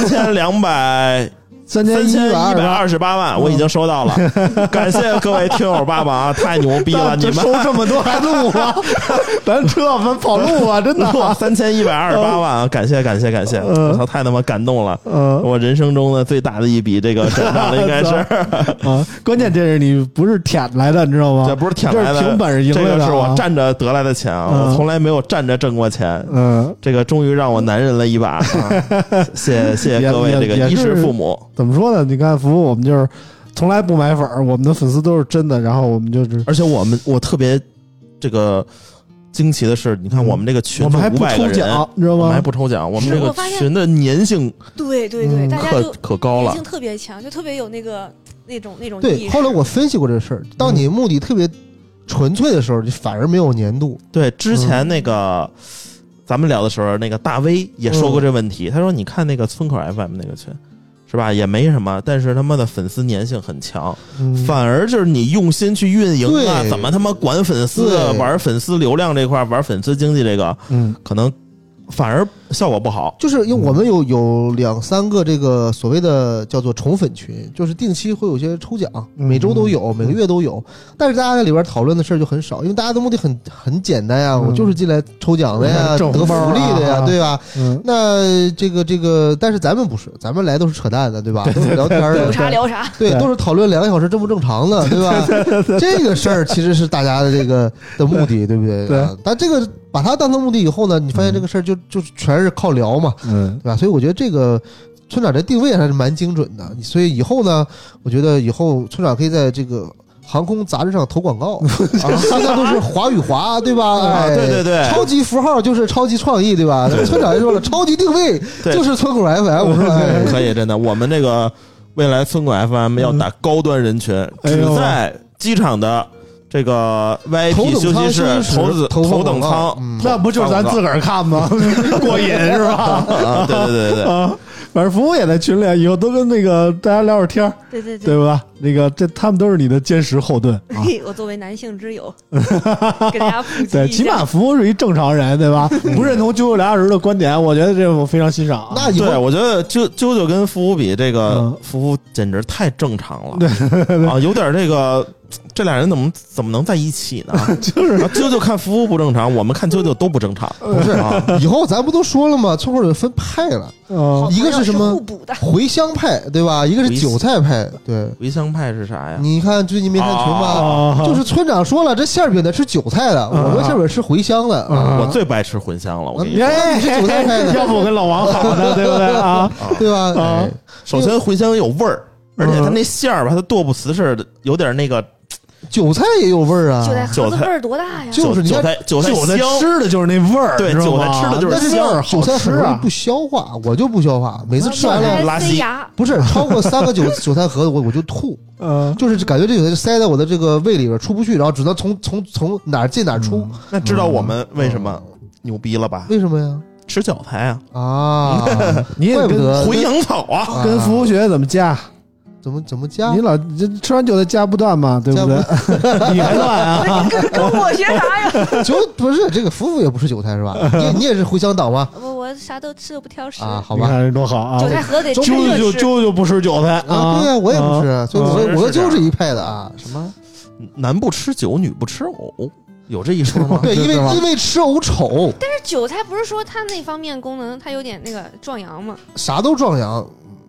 ，3128万，我已经收到了，感谢各位听友爸爸啊，太牛逼了！你们收这么多还录吗？咱跑路啊，真的 ！3128万啊，感谢！我操，太他妈感动了！我人生中的最大的一笔这个转账应该是啊，关键这是你不是舔来的，你知道吗？ 这不是舔来的， 这是凭本事赢来的， 这个是我站着得来的钱啊！我从来没有站着挣过钱，这个终于让我男人了一把，谢谢各位这个衣食父母。 怎么说呢？你看，服务我们就是从来不买粉，我们的粉丝都是真的。然后我们就是， 而且我特别这个惊奇的是，你看我们这个群， 我们还不抽奖，你知道吗？ 我们还不抽奖，我们这个群的粘性， 对，大家就可高了， 粘性特别强，就特别有那种对。后来我分析过这事儿，当你目的特别纯粹的时候，就反而没有粘度。 对，之前那个。咱们聊的时候，那个大威也说过这问题。他说：“你看那个村口 FM 那个群，是吧？也没什么，但是他妈的粉丝粘性很强，反而就是你用心去运营啊，怎么他妈管粉丝、玩粉丝流量这块、玩粉丝经济这个，可能反而效果不好。 就是因为我们有2-3个这个所谓的叫做宠粉群，就是定期会有些抽奖，每周都有，每个月都有。但是大家在里边讨论的事就很少，因为大家的目的很简单呀，我就是进来抽奖的呀，得福利的呀，对吧？那这个，但是咱们不是，咱们来都是扯淡的，对吧？都是聊天的， 聊啥？ 对，都是讨论2个小时正不正常的，对吧？这个事儿其实是大家的这个的目的，对不对？ 对。 但这个把它当成目的以后呢，你发现这个事儿就全是靠聊嘛，对吧？所以我觉得这个村长这定位还是蛮精准的。所以以后呢，我觉得以后村长可以在这个航空杂志上投广告，现在都是华语华，对吧？ 对， 超级符号就是超级创意，对吧？村长也说了，超级定位就是村口 FM， 是吧？ 可以，真的，我们这个未来村口 FM 要打高端人群，只在机场的。这个 VIP 休息室头等舱， 那不就是咱自个儿看吗？过瘾是吧？ 对反正服务也在群里，以后都跟那个大家聊会儿天，对吧？那个他们都是你的坚实后盾。 我作为男性之友，给大家普及一下。 对，起码服务是一正常人，对吧？不认同啾啾2小时的观点，我觉得这我非常欣赏。 那对，我觉得啾啾跟服务比，这个服务简直太正常了，对啊，有点这个。这俩人怎么能在一起呢？ 就是啾啾看服务不正常，我们看啾啾都不正常。 不是啊，以后咱不都说了吗？村口有分派了，一个是什么茴香派，对吧？一个是韭菜派，对。 茴香派是啥呀？ 你看最近没看群吗？就是村长说了，这馅饼的吃韭菜的，我们馅饼吃茴香的。 我最不爱吃茴香了，我跟你说， 你是韭菜派的， 要不我跟老王好呢，对不对啊？ 对吧？ 首先茴香有味儿，而且它那馅儿吧，它剁不瓷实的，有点那个。 韭菜也有味儿啊！ 韭菜味儿多大呀？ 就是韭菜吃的就是那味儿， 对，韭菜吃的就是香。 韭菜很容易不消化，我就不消化，每次吃完了拉稀。 不是超过3个韭菜盒子，我就吐。就是感觉这韭菜就塞在我的这个胃里边出不去，然后只能从哪儿进哪儿出。 那知道我们为什么牛逼了吧？ 为什么呀？ 吃韭菜啊！ 你也怪不得茴香草啊， 跟服务学怎么加？ 怎么加？ 你老吃完韭菜加不断嘛，对不对？你还断啊？ 跟我学啥呀？ 就不是这个服务也不是韭菜是吧？你也是茴香党吗？ 我啥都吃，不挑食啊。好吧， 你看人多好啊！ 韭菜盒得就不吃韭菜啊。对呀，我也不吃，所以我就是一派的啊。 什么男不吃韭，女不吃藕，有这一说吗？ 对，因为吃藕丑。 但是韭菜不是说它那方面功能，它有点那个壮阳吗？ 啥都壮阳。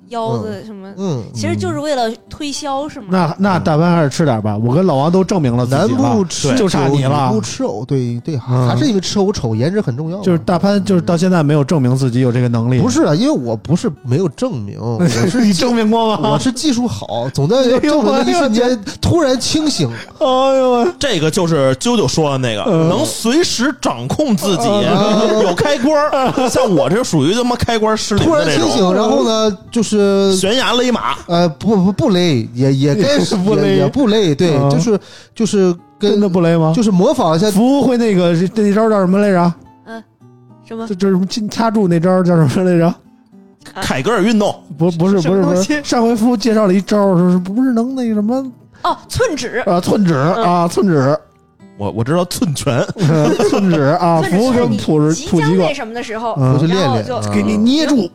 腰子什么，其实就是为了推销是吗？ 那大潘还是吃点吧，我跟老王都证明了自己了， 南部吃就差你了， 北部吃藕，对，还是因为吃藕丑，颜值很重要。 就是大潘就是到现在没有证明自己有这个能力， 不是啊，因为我不是没有证明，我是你证明过吗？ 我是技术好，总在要证明的一瞬间突然清醒。 哎呦， 这个就是啾啾说的那个，能随时掌控自己，有开关。像我这属于他妈开关失灵的那种。 突然清醒，然后呢，就是悬崖勒马。 不勒，也该是不勒，也不勒，对，就是真的不勒吗？ 就是模仿一下。 服务会那招叫什么来着？ 什么？ 就是掐住那招叫什么来着？ 凯格尔运动。 不是，上回服务介绍了一招，说是不是能那个什么？ 哦，寸指寸指。 我知道寸拳， 寸指啊，服务跟普及过。 那什么的时候， 我去练练， 给你捏住。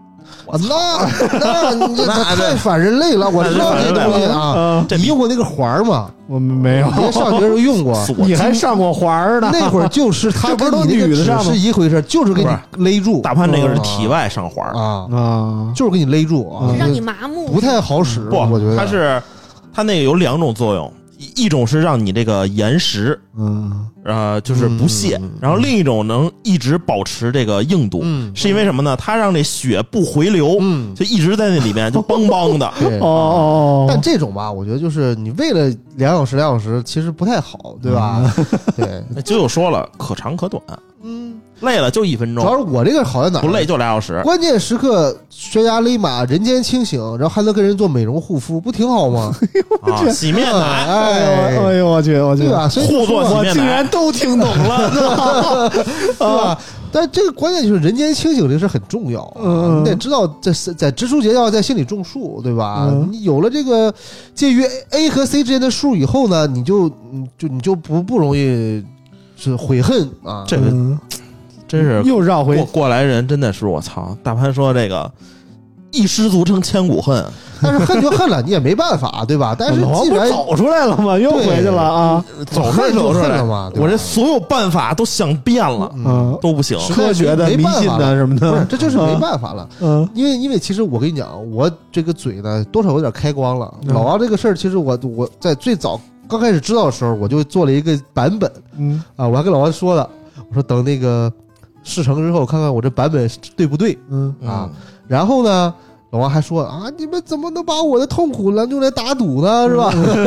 那你这太反人类了！我知道这东西啊，你用过那个环吗？ 我没有， 我上学时候用过。 你还上过环呢？ 那会儿就是他跟你那个只是一回事，就是给你勒住。 大潘那个是体外上环啊，就是给你勒住啊， 让你麻木， 不太好使。 不， 我觉得它那个有两种作用。一种是让你这个延时，就是不泄，然后另一种能一直保持这个硬度，是因为什么呢？它让这血不回流，就一直在那里面就梆梆的。 但这种吧，我觉得就是你为了2小时，其实不太好，对吧？对， 就说了，可长可短。累了就1分钟。 主要是我这个好在哪？ 不累就2小时。 关键时刻悬崖勒马，人间清醒，然后还能跟人做美容护肤，不挺好吗？ 洗面奶， 哎呦我去， 对吧？ 互做洗面奶， 我竟然都听懂了， 对吧？但这个关键就是人间清醒这个事很重要，你得知道在知书节要在心里种树，对吧？你有了这个介于 A 和 C 之间的数以后呢，你就不容易是悔恨啊。 这个真是又绕回过来人，真的是我操！大潘说这个一失足成千古恨， 但是恨就恨了，你也没办法，对吧？但是既然走出来了嘛，又回去了啊， 走出来了嘛。 我这所有办法都想遍了，都不行， 科学的、迷信的什么的， 不是，这就是没办法了。因为其实我跟你讲，我这个嘴呢，多少有点开光了。老王这个事儿，其实我在最早刚开始知道的时候，我就做了一个版本，我还跟老王说了，我说等那个事成之后，看看我这版本对不对，然后呢，老王还说啊，你们怎么能把我的痛苦用来打赌呢？是吧？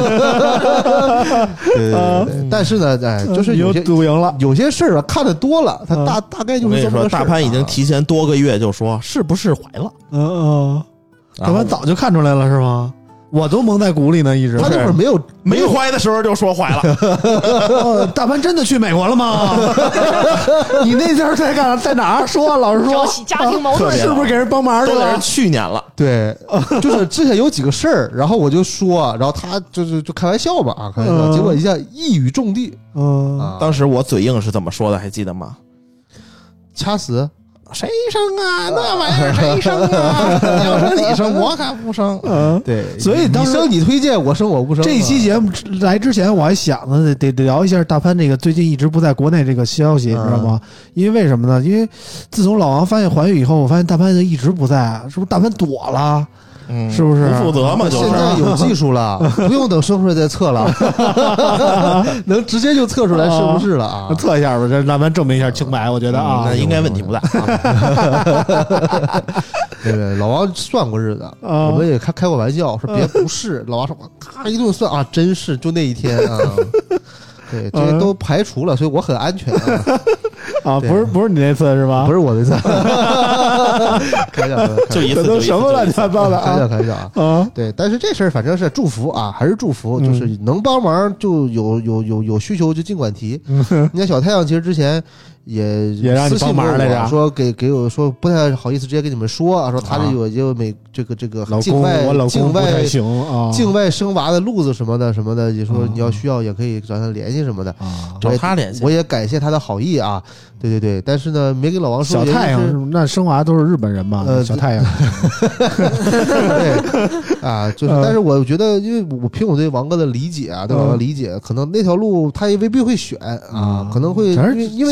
对。但是呢，就是有些赌赢了， 有些事儿看得多了，他大概就是这么个事儿。 大潘已经提前多个月就说是不是怀了？ 大潘早就看出来了是吗？我都蒙在鼓里呢，一直。 他那会儿没怀的时候就说怀了。 大潘真的去美国了吗？你那天在哪儿说？老实说， 挑起家庭矛盾， 是不是给人帮忙去了？ 都得是去年了。 对，就是之前有几个事儿，然后我就说，然后他就开玩笑嘛开玩笑，结果一下一语中的。 当时我嘴硬是怎么说的？还记得吗？ 掐死。 谁生啊？那玩意儿谁生啊？要是你生，我可不生。 对， 所以你生你推荐，我生我不生。 这一期节目来之前，我还想呢，得聊一下大潘这个最近一直不在国内这个消息，你知道吗？因为为什么呢？因为自从老王发现怀孕以后，我发现大潘就一直不在，是不是大潘躲了？是不是不负责嘛？ 现在有技术了，不用等生出来再测了，能直接就测出来是不是了啊？ 测一下吧，这让咱证明一下清白。我觉得那应该问题不大。 对，老王算过日子，我们也开过玩笑，说别不是。老王说，咔一顿算啊，真是就那一天啊。对，这些都排除了，所以我很安全啊。不是你那次是吧？ 不是我那次，开玩笑， 就一次， 都什么乱七八糟的啊？开玩笑啊！对，但是这事儿反正是祝福啊，还是祝福，就是能帮忙就有需求就尽管提。你看小太阳其实之前也让你帮忙来着， 说给我说不太好意思直接跟你们说啊，说他这有这个境外生娃的路子什么的，也说你要需要也可以找他联系什么的， 找他联系。 我也感谢他的好意啊，对，但是呢没给老王说。 小太阳那生娃都是日本人嘛？小太阳， 对啊，就是，但是我觉得，因为我凭我对王哥的理解啊，对王哥理解，可能那条路他也未必会选啊，可能会因为那条路。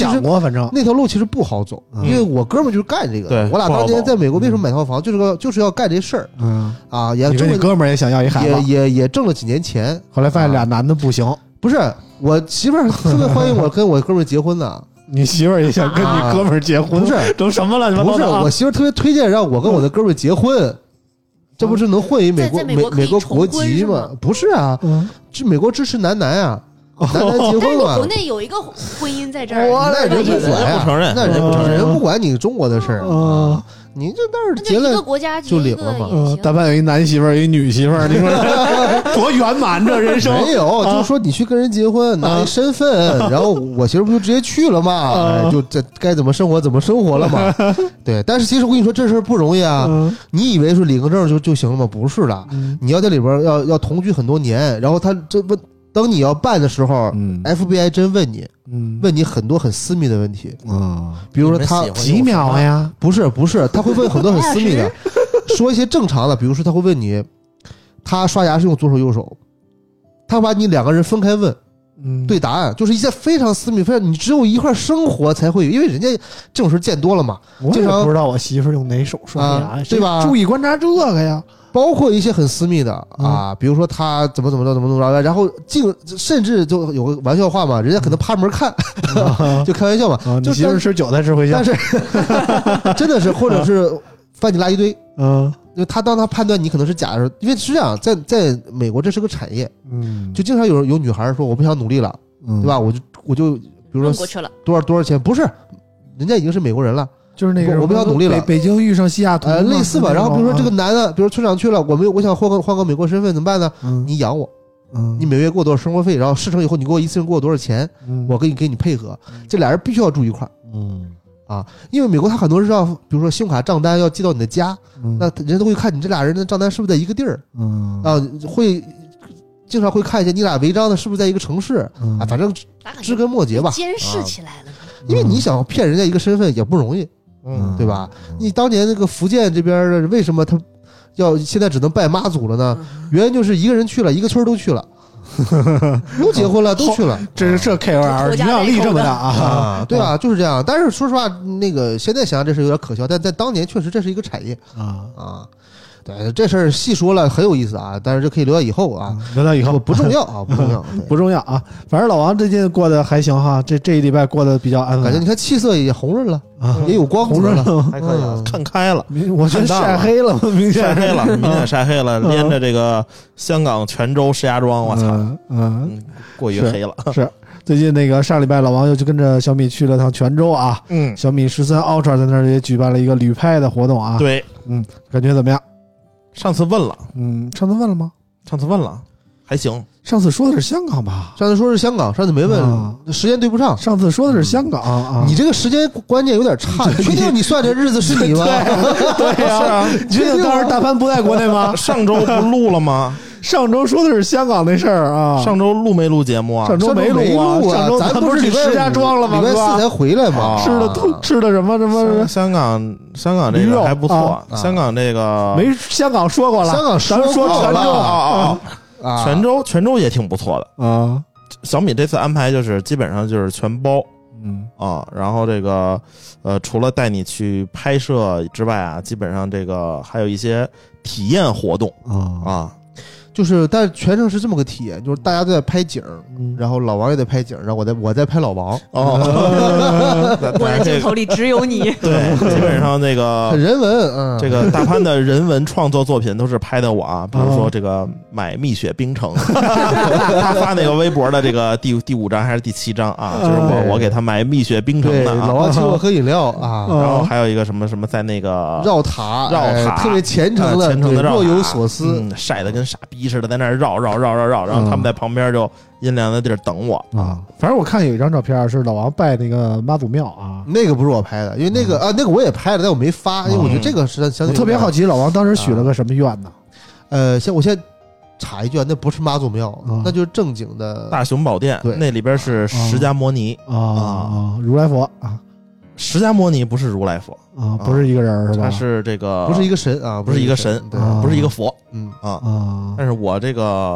想过，反正那条路其实不好走，因为我哥们就是干这个。 对， 我俩当年在美国为什么买套房，就是要干这事儿。也挣了，哥们儿也想要一孩子， 也挣了几年钱， 后来发现俩男的不行。 不是，我媳妇儿特别欢迎我跟我哥们儿结婚呢。 你媳妇儿也想跟你哥们儿结婚？ 不是， 整什么了？ 不是，我媳妇儿特别推荐让我跟我的哥们儿结婚。这不是能混一美国国籍吗？不是啊，这美国支持男啊，男结婚嘛。 国内有一个婚姻在这儿， 那人不管不承认， 那人不承认，人不管你中国的事儿啊。你这那儿结了一个国家就领了嘛。 大半有一男媳妇儿，一女媳妇儿，你说多圆满这人生？ 没有，就是说你去跟人结婚，拿一身份，然后我媳妇不就直接去了嘛？就这该怎么生活怎么生活了嘛？对，但是其实我跟你说这事儿不容易啊。你以为是领个证就行了吗？不是的，你要在里边要同居很多年，然后他这问。等你要办的时候，FBI 真问你，问你很多很私密的问题比如说他几秒呀？ 不是，他会问很多很私密的，说一些正常的，比如说他会问你，他刷牙是用左手右手，他把你两个人分开问，对答案，就是一些非常私密，非常你只有一块生活才会有，因为人家这种事见多了嘛。 我也不知道我媳妇用哪手刷牙， 对吧？ 注意观察这个呀。 包括一些很私密的比如说他怎么着，然后甚至就有个玩笑话嘛，人家可能趴门看，就开玩笑嘛。 就媳妇吃韭菜吃茴香， 但是真的是，或者是翻你垃圾堆，就他当他判断你可能是假的时候，因为是这样，在美国这是个产业，就经常有女孩说我不想努力了，对吧？我就比如说过去了多少钱，不是，人家已经是美国人了。 就是那个我不要努力了， 北京遇上西雅图， 类似吧。然后比如说这个男的，比如村长去了，我想换个美国身份怎么办呢？你养我，你每月给我多少生活费，然后事成以后你给我一次性给我多少钱，我给你配合，这俩人必须要住一块因为美国他很多是要，比如说信用卡账单要寄到你的家，那人家都会看你这俩人的账单是不是在一个地儿，会经常会看一下你俩违章的是不是在一个城市反正知根末节吧， 监视起来了。 因为你想骗人家一个身份也不容易。对吧？你当年那个福建这边的为什么他要现在只能拜妈祖了呢？原因就是一个人去了，一个村都去了，都结婚了，都去了。 这 KOL 影响力这么大对吧？就是这样。但是说实话，那个现在想想这是有点可笑，但在当年确实这是一个产业对，这事儿细说了很有意思但是这可以留到以后留到以后不重要不重要不重要反正老王最近过得还行哈，这一礼拜过得比较安稳， 感觉你看气色也红润了也有光红润了， 还可以看开了。 我觉得晒黑了，明显晒黑了，连着这个香港泉州石家庄，我操，过于黑了。 是最近那个上礼拜老王又就跟着小米去了趟泉州小米13 Ultra 在那儿也举办了一个旅拍的活动对， 感觉怎么样？ 上次问了， 上次问了吗？ 上次问了，还行。 上次说的是香港吧？ 上次说是香港，上次没问，时间对不上。 上次说的是香港你这个时间观念有点差。确定你算这日子是你吗？ 对呀，你确定当时大潘不在国内吗？ 上周不录了吗？ 上周说的是香港那事儿上周录没录节目上周没录上周咱不是去石家庄了吗？ 礼拜4才回来嘛。 吃的什么香港这个还不错，香港这个没香港说过了， 香港咱说泉州也挺不错的小米这次安排就是基本上就是全包然后这个除了带你去拍摄之外基本上这个还有一些体验活动就是，但是全程是这么个体验，就是大家都在拍景，然后老王也在拍景，然后我在拍老王。 我的镜头里只有你。 对，基本上那个很人文， 这个大潘的人文创作作品都是拍的我比如说这个买蜜雪冰城，他发那个微博的这个第5章还是第7章就是我给他买蜜雪冰城的老王请我喝饮料然后还有一个什么在那个绕塔特别虔诚的若有所思， 晒得跟傻逼似的在那儿绕，然后他们在旁边就阴凉的地儿等我反正我看有一张照片是老王拜那个妈祖庙那个不是我拍的，因为那个那个我也拍了，但我没发，因为我觉得这个是相对。 我特别好奇老王当时许了个什么愿呢？ 我先插一句那不是妈祖庙，那就是正经的大雄宝殿，那里边是释迦摩尼如来佛释迦摩尼不是如来佛不是一个人是吧？ 他是这个不是一个神不是一个神，不是一个佛嗯但是我这个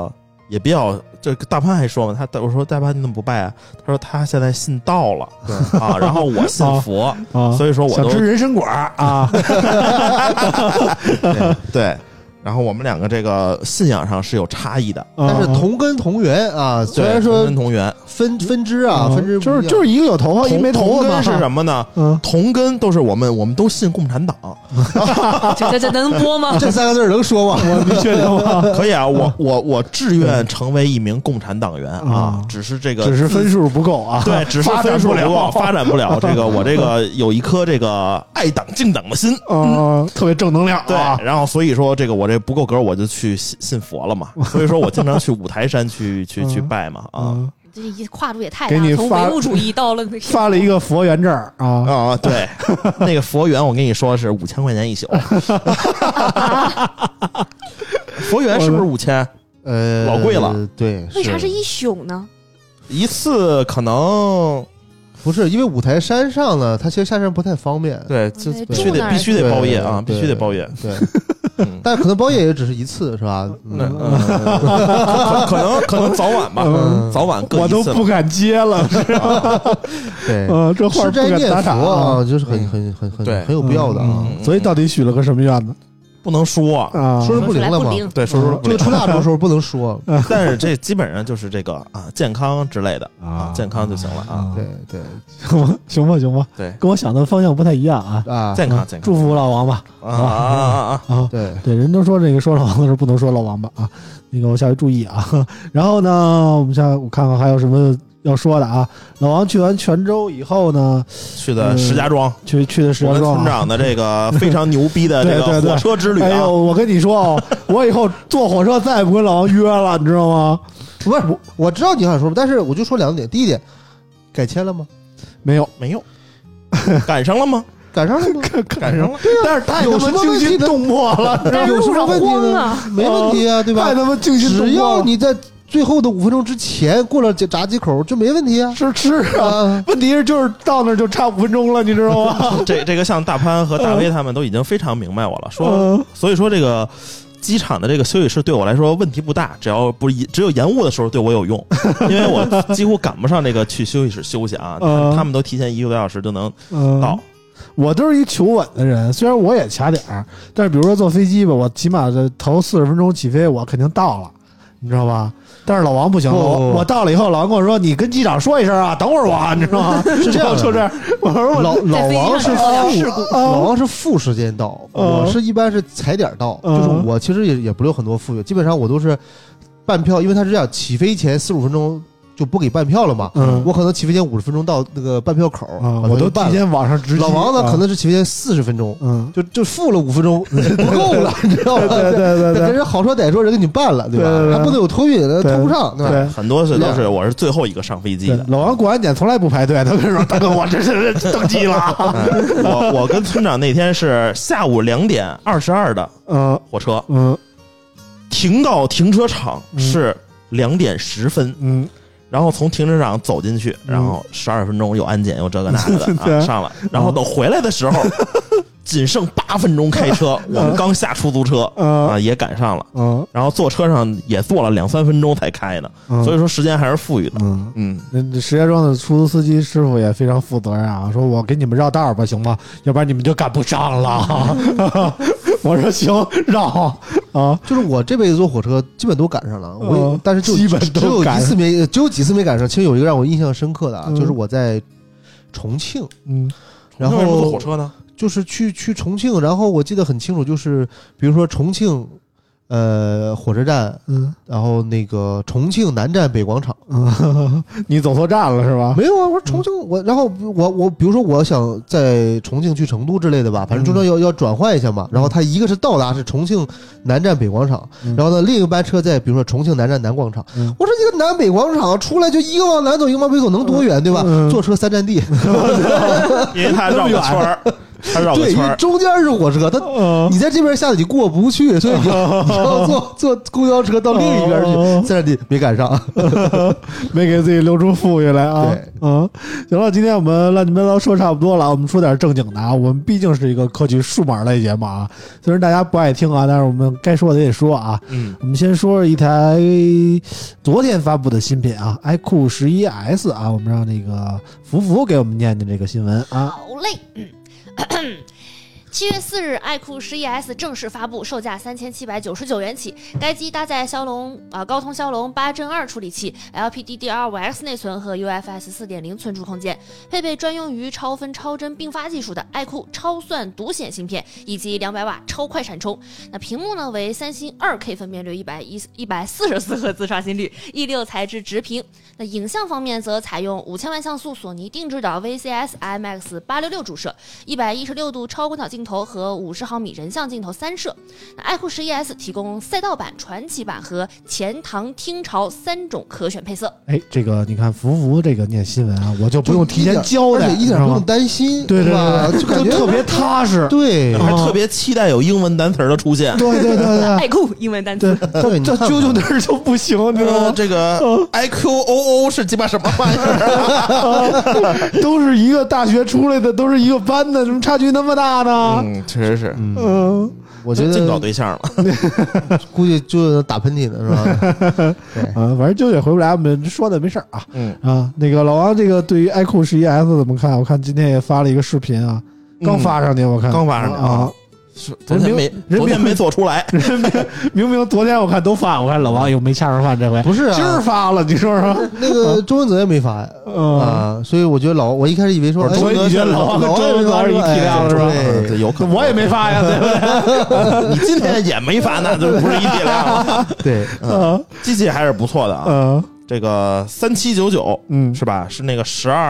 也比较，这个大潘还说嘛，我说大潘你怎么不拜啊？他说他现在信道了，对啊，然后我信佛，所以说我都想吃人参果啊， 对。然后我们两个这个信仰上是有差异的， 但是同根同源啊。虽然说同根同源， 分支啊，分支就是一个有头发，一没头发。 同根是什么呢？同根都是我们都信共产党。 这能播吗？ 这3个字能说吗？ 你确定吗？ 可以啊，我志愿成为一名共产党员啊，只是分数不够啊， 对，只是分数不够，发展不了。这个我这个有一颗这个爱党敬党的心， 特别正能量。 对，然后所以说这个我这不够格，我就去信佛了嘛。所以说我经常去五台山去拜嘛啊。 这一跨度也太大，从唯物主义到了发了一个佛缘证啊，对，那个佛缘我跟你说是5000块钱一宿。佛缘是不是5000？老贵了。 对， 为啥是一宿呢？ 一次可能不是，因为五台山上呢，它其实下山不太方便。 对，就必须得包夜啊，必须得包夜。 对。但可能包夜也只是一次，是吧？ 可能早晚吧，早晚各一次。 我都不敢接了，是吧？ 对， 这话吃斋念佛啊，就是很有必要的啊。 所以到底许了个什么愿呢？ 不能说啊， 说是不灵了吗？ 对，说这个出蜡烛的时候不能说， 但是这基本上就是这个啊，健康之类的啊，健康就行了啊。 对， 行吧， 对， 跟我想的方向不太一样啊。 健康， 祝福老王吧啊！ 对，人都说这个说老王的时候不能说老王吧啊，那个我下回注意啊。然后呢，我看看还有什么要说的啊。老王去完泉州以后呢， 去的石家庄， 去的石家庄， 村长的这个非常牛逼的这个火车之旅。 哎呦，我跟你说我以后坐火车再也不跟老王约了，你知道吗？ 不是，我知道你想说，但是我就说2点。第一点，改签了吗？ 没有， 赶上了吗？ 赶上了吗？ 赶上了。 对呀， 但是太他妈惊心动魄了， 有什么问题呢？没问题啊，对吧？ 太他妈惊心动魄了， 只要你在最后的5分钟之前过了闸机口就没问题啊。 是啊，问题是就是到那儿就差5分钟了，你知道吗？ 这个像大潘和大威他们都已经非常明白我了，所以说这个机场的这个休息室对我来说问题不大，只有延误的时候对我有用，因为我几乎赶不上这个去休息室休息啊，他们都提前1个多小时就能到。 我都是一求稳的人，虽然我也卡点儿，但是比如说坐飞机吧，我起码这头40分钟起飞，我肯定到了，你知道吧？但是老王不行，我到了以后，老王跟我说：“你跟机长说一声啊，等会儿我，你知道吗？”是这样说这，我说老王是副时间到，我是一般是踩点到，就是我其实也不留很多富裕，基本上我都是半票，因为他是这样，起飞前45分钟。就不给办票了嘛，我可能起飞前50分钟到那个办票口， 我都提前网上直接。 老王呢，可能是起飞前40分钟，就付了5分钟不够了，你知道吗？对，给人好说歹说，人给你办了，对吧？还不能有托运，拖不上，对吧？ 很多次都是我是最后一个上飞机的。 老王过安检从来不排队，他跟说：“大哥，我这是登机了。” 我跟村长那天是下午2点22的火车，停到停车场是2点10分，然后从停车场走进去，然后12分钟有安检，有这个那个的上了，然后等回来的时候，仅剩8分钟开车，我们刚下出租车也赶上了，然后坐车上也坐了2-3分钟才开呢，所以说时间还是富裕的。 石家庄的出租司机师傅也非常负责任啊，说我给你们绕道吧，行吗？要不然你们就赶不上了。我说行，绕啊， 就是我这辈子坐火车基本都赶上了，但是基本只有几次没赶上。其实有一个让我印象深刻的啊，就是我在重庆，然后坐火车呢， 就是去重庆，然后我记得很清楚，就是比如说重庆火车站，然后那个重庆南站北广场， 你走错站了是吧？ 没有啊，我说重庆，然后我比如说我想在重庆去成都之类的吧，反正中间要转换一下嘛。然后它一个是到达是重庆南站北广场，然后呢另一班车在比如说重庆南站南广场。我说一个南北广场出来就一个往南走一个往北走，能多远对吧？坐车3站地， 因为它绕个圈儿。 它绕个对，因为圈儿。 中间是火车，你在这边下去你过不去，所以你要坐公交车到另一边去，在这里没赶上， 没给自己留出富裕来啊。 对， 行了，今天我们乱七八糟说差不多了，我们说点正经的啊。我们毕竟是一个科技数码类节目啊，虽然大家不爱听啊，但是我们该说的也得说啊。我们先说一台昨天发布的新品啊，iQOO 11S 啊，我们让那个福给我们念念这个新闻啊。 好嘞。7月4日，iQOO 11S 正式发布，售价3799元起。该机搭载高通骁龙8 Gen 2处理器、LPDDR5X 内存和 UFS 4.0存储空间，配备专用于超分超帧并发技术的 iQOO 超算独显芯片以及200瓦超快闪充。那屏幕呢为三星 2K 分辨率144赫兹刷新率 E6 材质直屏。那影像方面则采用5000万像素索尼定制的 VCS IMX866 主摄，116度超广角镜头和50毫米人像镜头3摄。那iQOO 11S 提供赛道版、传奇版和前唐听潮3种可选配色。 哎，这个你看福这个念新闻啊，我就不用提前交代， 而且一点不用担心， 对吧？就感觉特别踏实， 对， 还特别期待有英文单词的出现。 对 iQOO 英文单词， 对， 这啾啾那儿就不行，你知道吗？ 这个 iQOO 是鸡巴什么玩意儿？ 都是一个大学出来的，都是一个班的，怎么差距那么大呢？ 确实是。 我觉得净搞对象了， 估计就打喷嚏呢，是吧？对， 反正啾也回不来，我们说的没事啊。那个老王，这个对于 iQOO 11S 怎么看？我看今天也发了一个视频啊，刚发上去，我看刚发上去啊。 昨天没做出来， 明明昨天我看都发，我看老王又没恰上饭，这回不是今儿发了，你说说那个周文泽也没发呀，所以我觉得我一开始以为说， 所以你觉得老王跟周文泽是一体量是吧？ 对，有可能我也没发呀，对不对？你今天也没发，那就不是一体量了。 对， 机器还是不错的啊。这个3799，是吧？是那个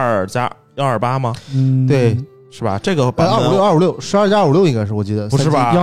12+128吗？ 对。 是吧？这个版本 25612+256应该是，我记得不是吧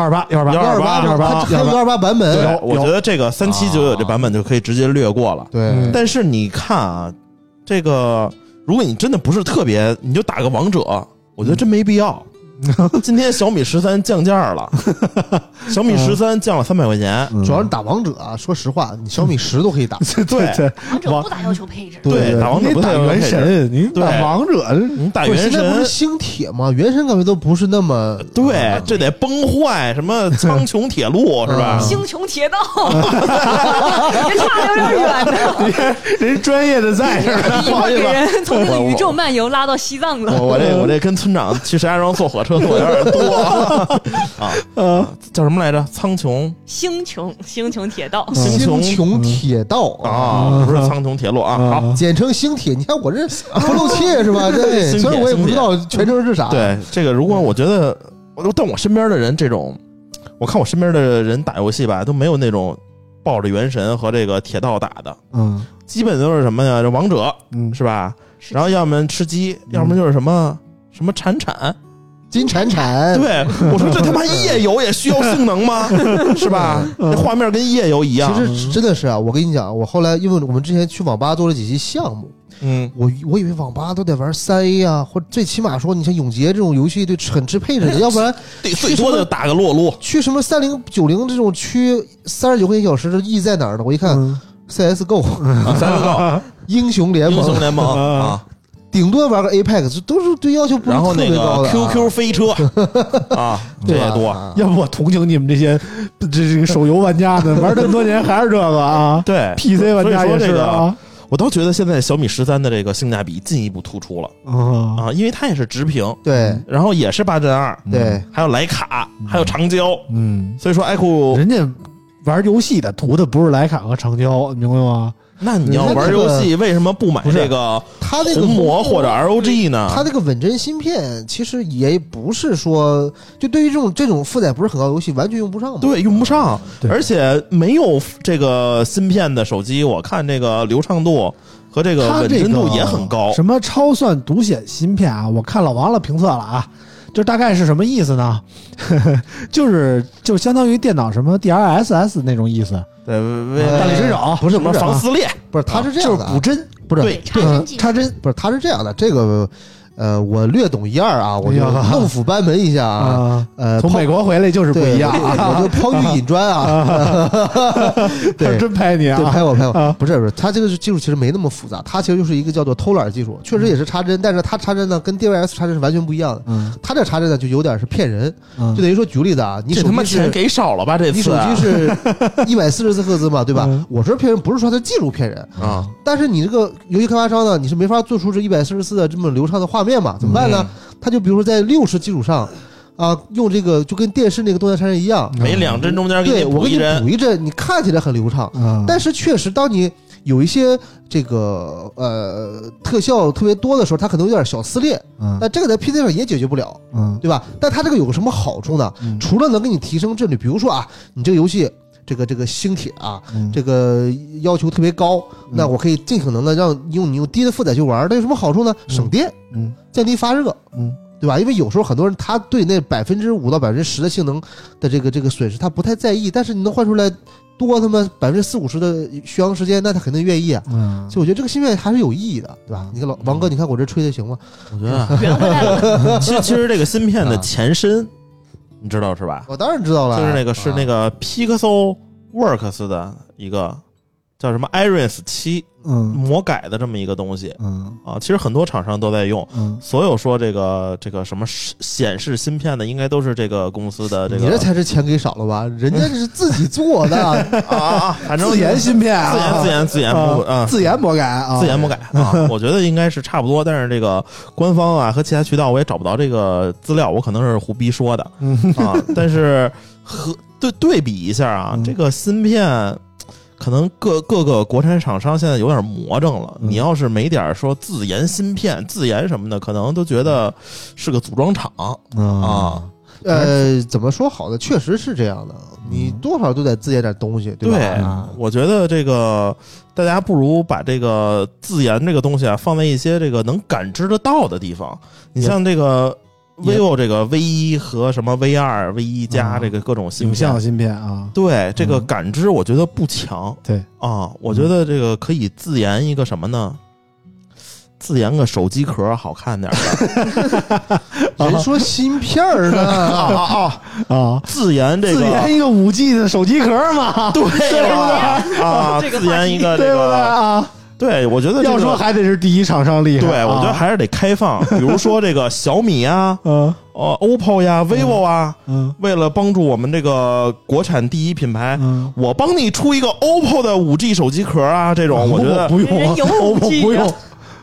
？128还有128版本。 对，我觉得这个3799这版本就可以直接略过了。 对， 但是你看啊，这个如果你真的不是特别，你就打个王者，我觉得真没必要。今天小米13降价了，小米13降了300块钱。 主要是打王者啊，说实话，你小米10都可以打。 对， 王者不打要求配置。 对，打王者不打原神，你打王者， 你打原神。 现在不是星铁吗？原神感觉都不是那么对，这得崩坏什么苍穹铁路是吧？ 星穹铁道，这差的有点远呢。 人专业的在这儿， 一会儿给人从那个宇宙漫游拉到西藏了。 我这跟村长去石家庄坐火车坐有点多啊。叫什么来着？苍穹星穹铁道， 星穹铁道啊，不是苍穹铁路啊，好， 简称星铁。你看我这不露怯是吧？对，虽然我也不知道全称是啥。 对，这个如果我觉得，但我身边的人这种，我看我身边的人打游戏吧，都没有那种抱着原神和这个铁道打的，基本都是什么呀？这王者，是吧？然后要么吃鸡，要么就是什么铲。 金铲铲， 对，我说这他妈夜游也需要性能吗？是吧？这画面跟夜游一样。 其实真的是啊，我跟你讲，我后来因为我们之前去网吧做了几期项目，我以为网吧都得玩3A 啊，或者最起码说你像永劫这种游戏对很吃配置的，要不然最多就打个洛路。 去什么3090这种区39块钱小时的意义在哪儿呢？我一看 CSGO， 英雄联盟啊。顶多玩个 Apex， 这都是对要求不是特别高的。 然后那个 QQ 飞车啊，这也多。 要不我同情你们这些这个手游玩家呢，玩这么多年还是这个啊？ 对 ，PC 玩家也是啊。 我倒觉得现在小米13的这个性价比进一步突出了啊，因为它也是直屏， 对， 然后也是8 Gen 2， 对， 还有徕卡，还有长焦，所以说 iQOO 人家玩游戏的图的不是徕卡和长焦，明白吗？ 那你要玩游戏，为什么不买这个红魔或者 ROG 呢？ 它这个稳帧芯片其实也不是说，就对于这种负载不是很高的游戏，完全用不上嘛。 对，用不上，而且没有这个芯片的手机，我看这个流畅度和这个稳帧度也很高。 什么超算独显芯片啊？我看老王了评测了啊。就大概是什么意思呢？就相当于电脑什么 DLSS 那种意思。 对， 大力水手不是防撕裂， 不是，它是这样的， 就是补帧， 不是对插针， 不是，它是这样的。这个我略懂一二啊，我就弄斧班门一下啊。 从美国回来就是不一样啊，我就抛玉引砖啊。对， 真拍你啊！ 对，拍我，不是，他这个技术其实没那么复杂，他其实就是一个叫做偷懒技术，确实也是插针，但是他插针呢跟 DVS 插针是完全不一样的。他这插针呢就有点是骗人，就等于说举个例子啊，你手机他妈钱给少了吧？这次你手机是144赫兹嘛，对吧？我说骗人不是说他技术骗人啊，但是你这个游戏开发商呢，你是没法做出这144的这么流畅的画面嘛？怎么办呢？他就比如说在60基础上。用这个就跟电视那个动态插针一样， 每2帧中间给你补一帧，补一帧，你看起来很流畅，但是确实当你有一些这个特效特别多的时候，它可能有点小撕裂，但这个在 PC 上也解决不了，对吧？但它这个有个什么好处呢？除了能给你提升帧率，比如说啊，你这个游戏这个星铁啊，这个要求特别高，那我可以尽可能的让你用低的负载去玩，那有什么好处呢？省电，降低发热，对吧？因为有时候很多人他对那5%到10%的性能的这个损失他不太在意，但是你能换出来多他妈40-50%的续航时间，那他肯定愿意啊。所以我觉得这个芯片还是有意义的，对吧？你看王哥，你看我这吹的行吗？ 我觉得其实这个芯片的前身，你知道是吧？ 我当然知道了， 就是那个 Pixel Works 的一个叫什么 Iris 7。魔改的这么一个东西，其实很多厂商都在用，所有说这个什么显示芯片的，应该都是这个公司的这个。 你这才是钱给少了吧？人家这是自己做的啊，反正自研芯片， 自研魔改啊，我觉得应该是差不多，但是这个官方啊和其他渠道我也找不到这个资料，我可能是胡逼说的啊，但是对比一下啊，这个芯片。可能各个国产厂商现在有点魔怔了。你要是没点说自研芯片、自研什么的，可能都觉得是个组装厂啊。 怎么说好的？确实是这样的。你多少都得自研点东西，对吧？ 对，我觉得这个大家不如把这个自研这个东西啊，放在一些这个能感知得到的地方。你像这个。vivo 这个 V1 和什么 V2、V1 加这个各种芯片， 影像芯片啊， 对这个感知我觉得不强。 对啊，我觉得这个可以自研一个什么呢？自研个手机壳好看点的。 人说芯片呢自研这个自研一个5G 的手机壳嘛， 对啊，自研一个这个啊。对，我觉得要说还得是第一厂商厉害。 对，我觉得还是得开放，比如说这个小米啊，OPPO 呀，vivo 啊，为了帮助我们这个国产第一品牌，我帮你出一个 OPPO 的5G 手机壳啊，这种我觉得不用 ，OPPO 不用。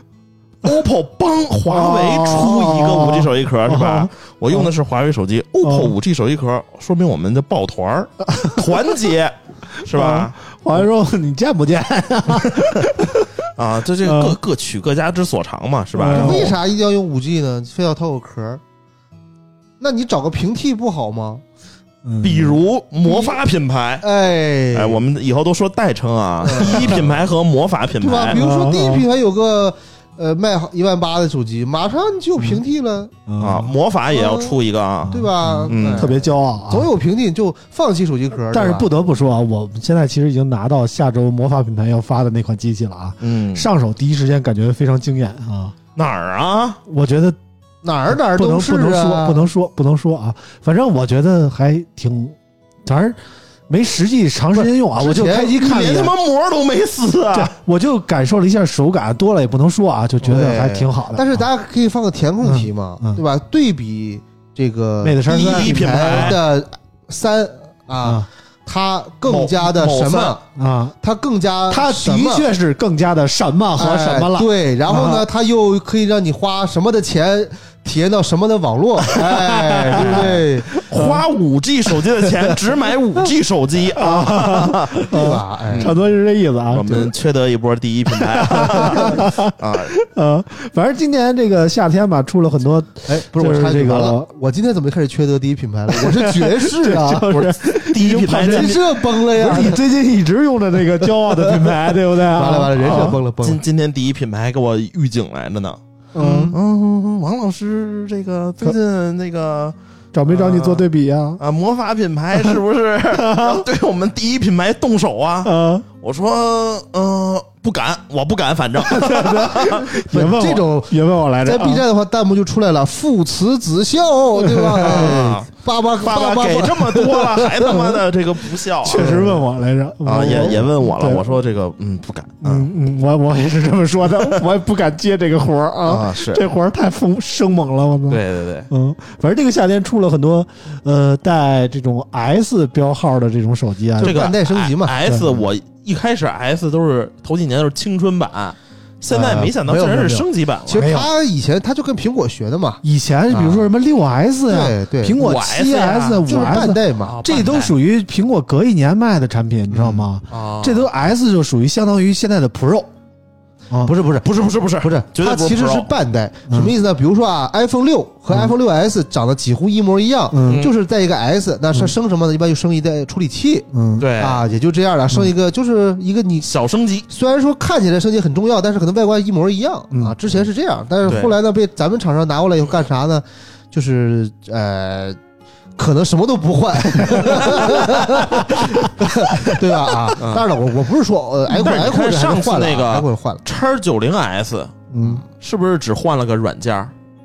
OPPO 帮华为出一个5G 手机壳是吧？我用的是华为手机，OPPO 5G 手机壳，说明我们的抱团团结是吧？ 华为说你见不见？ 啊，这个各取各家之所长嘛，是吧？ 为啥一定要用5G 呢？非要套个壳？那你找个平替不好吗？ 比如魔法品牌，哎，我们以后都说代称啊，第一品牌和魔法品牌， 对吧？比如说第一品牌有个卖18000的手机，马上就有平替了啊！魔法也要出一个啊， 对吧？ 特别骄傲， 总有平替就放弃手机壳。 但是不得不说啊，我们现在其实已经拿到下周魔法品牌要发的那款机器了啊，上手第一时间感觉非常惊艳啊！ 哪儿啊？ 我觉得哪儿都是不能说啊，反正我觉得还挺，反正。没实际长时间用啊，我就开机看了一眼， 连他妈膜都没撕啊！ 我就感受了一下手感，多了也不能说啊，就觉得还挺好的。 但是大家可以放个填空题嘛，对吧？对比这个第一品牌的3啊，它更加的什么啊？它更加， 它的确是更加的什么和什么了。 对，然后呢，它又可以让你花什么的钱。体验到什么的网络，哎，对不对？ 花5G 手机的钱只买5G 手机啊， 对吧？哎， 差不多是这意思啊。 我们缺德一波第一品牌啊，反正今年这个夏天吧，出了很多。哎， 不是我这个， 我今天怎么开始缺德第一品牌了？我是爵士啊， 就是第一品牌人设崩了呀！ 不是你最近一直用的那个骄傲的品牌，对不对？ 完了，人设崩了。 今天第一品牌还给我预警来着呢。王老师，这个最近那个找没找你做对比呀？ 魔法品牌是不是要对我们第一品牌动手啊？我说， 不敢，我不敢，反正也问我这种也问我来着， 在 B 站的话，弹幕就出来了，父慈子孝，对吧？爸爸给这么多了，还他妈的这个不孝， 确实问我来着啊，也问我了，我说这个不敢， 我也是这么说的，我也不敢接这个活儿啊， 是这活儿太生猛了，我操！ 对， 反正这个夏天出了很多带这种 S 标号的这种手机啊， 这个半代升级嘛 ，S 我一开始 S 都是头几年都是青春版。现在没想到竟然是升级版了。 其实他以前他就跟苹果学的嘛， 以前比如说什么6S 呀， 对， 苹果 7S、5S 就是半代嘛， 这都属于苹果隔一年卖的产品，你知道吗？这都 S 就属于相当于现在的 Pro。 不是，它其实是半代，什么意思呢？比如说啊 ，iPhone 6和 iPhone 6S 长得几乎一模一样，就是带一个 S， 那是升什么呢？一般就升一代处理器， 对啊，也就这样了，升一个就是一个你小升级， 虽然说看起来升级很重要，但是可能外观一模一样啊。之前是这样，但是后来呢，被咱们厂商拿过来以后干啥呢？就是可能什么都不换，对吧？啊，当然了，我不是说iPhone 上次那个 iPhone换了 X90S，是不是只换了个软件？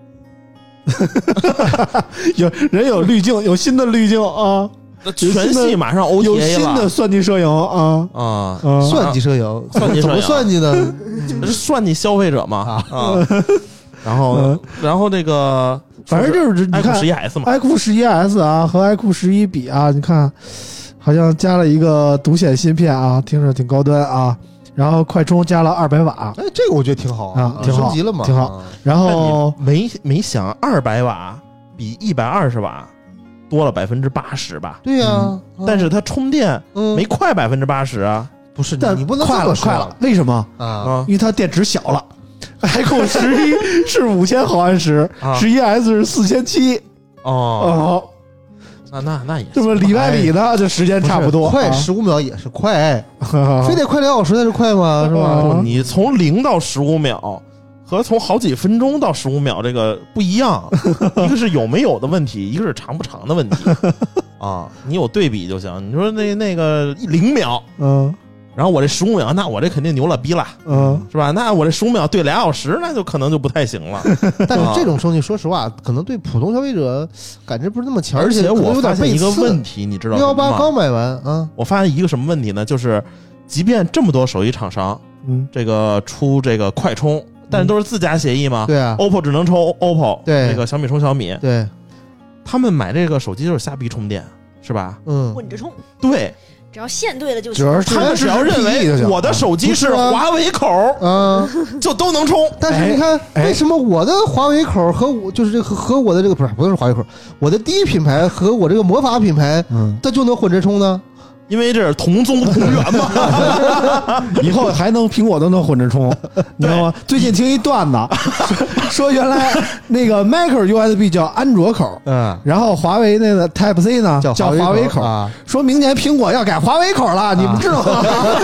有滤镜，有新的滤镜啊， 全系马上 OTA 了， 有新的算计摄影啊， 算计摄影，怎么算计呢？ 是算计消费者嘛啊。然后这个。 反正就是你看 iQOO11S 嘛 ，iQOO11S 啊和 iQOO11比啊，你看好像加了一个独显芯片啊，听着挺高端啊。然后快充加了200瓦， 哎，这个我觉得挺好啊，挺好， 升级了嘛， 挺好。然后没想200瓦比120瓦多了80%吧？ 对呀， 但是它充电没快80%啊， 不是？ 但你不能快了，为什么啊？ 因为它电池小了。iQOO 11是5000毫安时，11S 是4700。 哦，那也这么里外里的，这时间差不多， 快15秒也是快，非得快2小时才是快吗？是吧？ 你从0到15秒和从好几分钟到15秒这个不一样，一个是有没有的问题，一个是长不长的问题啊。你有对比就行。你说那个0秒，然后我这15秒，那我这肯定牛了逼了，是吧？那我这15秒对2小时，那就可能就不太行了。 但是这种升级，说实话，可能对普通消费者感知不是那么强， 而且我发现一个问题， 你知道吗 ？118刚买完啊， 我发现一个什么问题呢？就是即便这么多手机厂商，这个出这个快充，但是都是自家协议嘛， 对啊 ，OPPO 只能充 OPPO， 对， 那个小米充小米， 对， 他们买这个手机就是瞎逼充电，是吧？ 混着充， 对。 只要线对了就行， 他们只要认为我的手机是华为口，就都能充。 但是你看，为什么我的华为口和我就是这个和我的这个不是华为口，我的第一品牌和我这个魔法品牌，它就能混着充呢？ 因为这是同宗同源嘛， 以后还能苹果都能混着充，你知道吗？最近听一段子，说原来那个 Micro USB 叫安卓口，然后华为那个 Type C 呢叫华为口，说明年苹果要改华为口了，你们知道吗？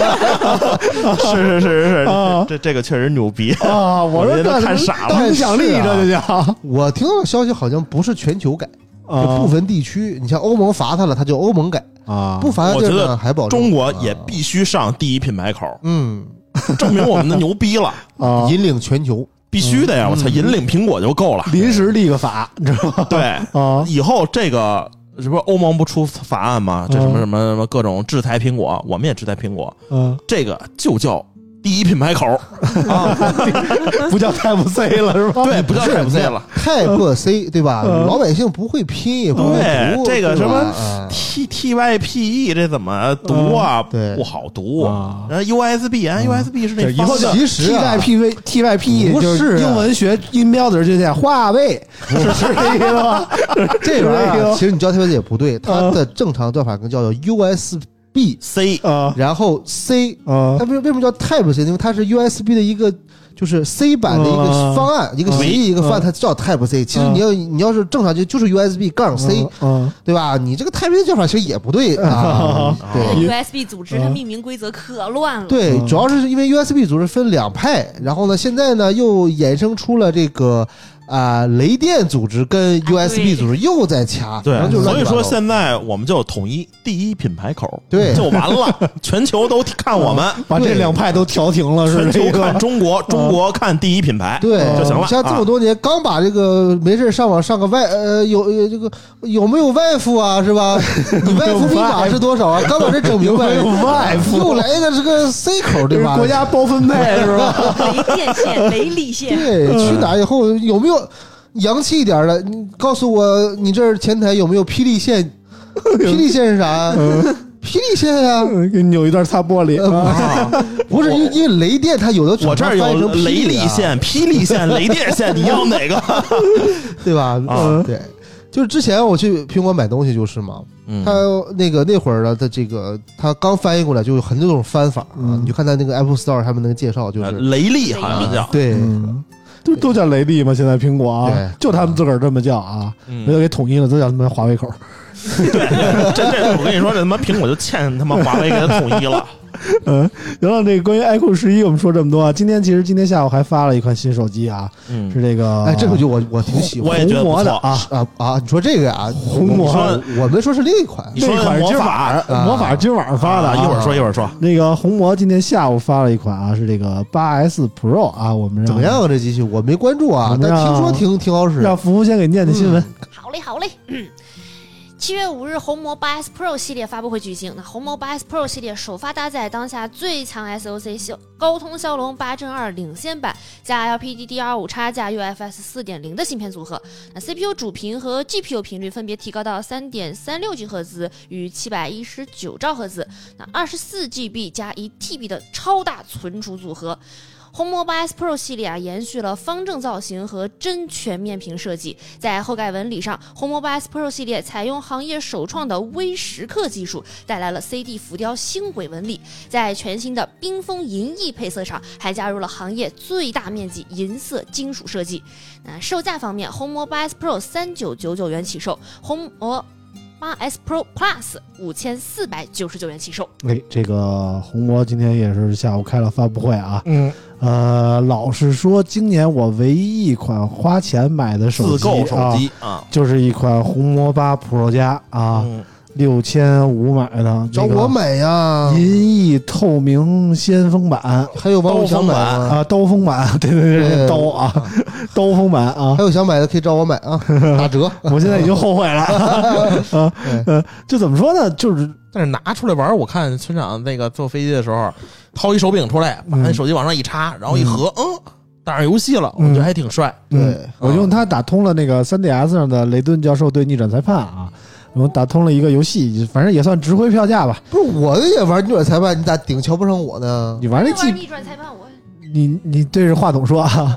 是，这个确实牛逼啊！我说这看傻了， 影响力这就叫。 我听到的消息好像不是全球改，就部分地区，你像欧盟罚他了，他就欧盟改。不罚我觉得还保证中国也必须上第一品牌口，证明我们的牛逼了引领全球， 必须的呀！我操，引领苹果就够了。 临时立个法，你知道吗？ 对以后这个这不是欧盟不出法案吗？这什么各种制裁苹果，我们也制裁苹果。这个就叫第一品牌口啊， 不叫 Type C 了是吧？ 对，不叫 Type C 了 ，Type C 对吧？老百姓不会拼，也不会读。 这个什么 TYPE 这怎么读啊？不好读。然后 USB 是那以后其实 TYPE 就是英文学音标的就叫华为，是这个吗？ 这个其实你叫 Type C 也不对，它的正常叫法更叫做 USB-C 然后 C 它为什么叫 Type C？ 因为它是 USB 的一个就是 C 版的一个方案，一个协议，一个方案，它叫 Type C。其实你要是正常就是 USB 杠 C，对吧？你这个 Type C 叫法其实也不对啊。对 ，USB 组织它命名规则可乱了。 对，主要是因为 USB 组织分2派，然后呢，现在呢又衍生出了这个雷电组织跟 USB 组织又在掐， 对， 就所以说现在我们就统一第一品牌口， 对， 就完了，全球都看我们， 把这两派都调停了，是全球看中国，中国看第一品牌， 对就行了。 像这么多年，刚把这个没事上网上个有这个有没有外付啊，是吧？你外付密码是多少啊？刚把这整明白， 有外付， 又来一个这个 C 口，对吧？ 国家包分配是吧？ 雷电线、雷利线， 对，去哪以后有没有？洋气一点的，你告诉我，你这前台有没有霹雳线？霹雳线是啥？霹雳线呀， 给你扭一段擦玻璃。 不是，因为雷电它有的我这儿有雷利线、霹雳线、雷电线，你要哪个？ 对吧？对，就是之前我去苹果买东西就是嘛，它那会儿呢，它这个它刚翻译过来就有很多种翻法啊，你就看它那个 Apple Store 他们那个介绍就是雷利，好像叫对。 都叫雷利吗？现在苹果啊，就他们自个儿这么叫啊，没有给统一了，都叫他们华为口。 对，这我跟你说，这他妈苹果就欠他妈华为给他统一了。 行了，这个关于 iQOO 11我们说这么多啊。今天下午还发了一款新手机啊，是这个， 这个就我挺喜欢， 我也觉得红魔的你说这个呀， 红魔， 我们说是另一款， 那款是魔法今晚发的， 一会儿说。 那个红魔今天下午发了一款啊，是这个 8S Pro 啊，我们怎么样啊？这机器我没关注啊，但听说挺好使。 让福福先给念念新闻。 好嘞。7月5日，红魔 8S Pro 系列发布会举行。那红魔 8S Pro 系列首发搭载当下最强 SoC 高通骁龙8Gen 2领先版加 LPDDR5X 加 UFS 4.0 的芯片组合。那 CPU 主频和 GPU 频率分别提高到 3.36GHz 与719兆赫兹。那 24GB 加 1TB 的超大存储组合。红魔 8S Pro 系列延续了方正造型和真全面屏设计，在后盖纹理上，红魔 8S Pro 系列采用行业首创的微蚀刻技术，带来了 CD 浮雕星轨纹理。在全新的冰封银翼配色上，还加入了行业最大面积银色金属设计。那售价方面，红魔 8S Pro 3999元起售，红魔8S Pro Plus 5499元起售。 这个红魔今天也是下午开了发布会啊。老实说，今年我唯一一款花钱买的手机， 自购手机啊， 就是一款红魔8 Pro 加啊。6500买的， 找我买呀！ 银翼透明先锋版， 还有网友想买啊，刀锋版，对，刀啊，刀锋版啊， 还有想买的可以找我买啊，打折。 我现在已经后悔了就怎么说呢？就是， 但是拿出来玩，我看村长那个坐飞机的时候，掏一手柄出来，把那手机往上一插，然后一合，打上游戏了，我觉得还挺帅。 对， 我用它打通了那个 3DS 上的雷顿教授对逆转裁判啊。我打通了一个游戏，反正也算值回票价吧。 不是，我也玩逆转裁判，你咋顶瞧不上我呢？ 你玩那逆转裁判， 你对着话筒说啊，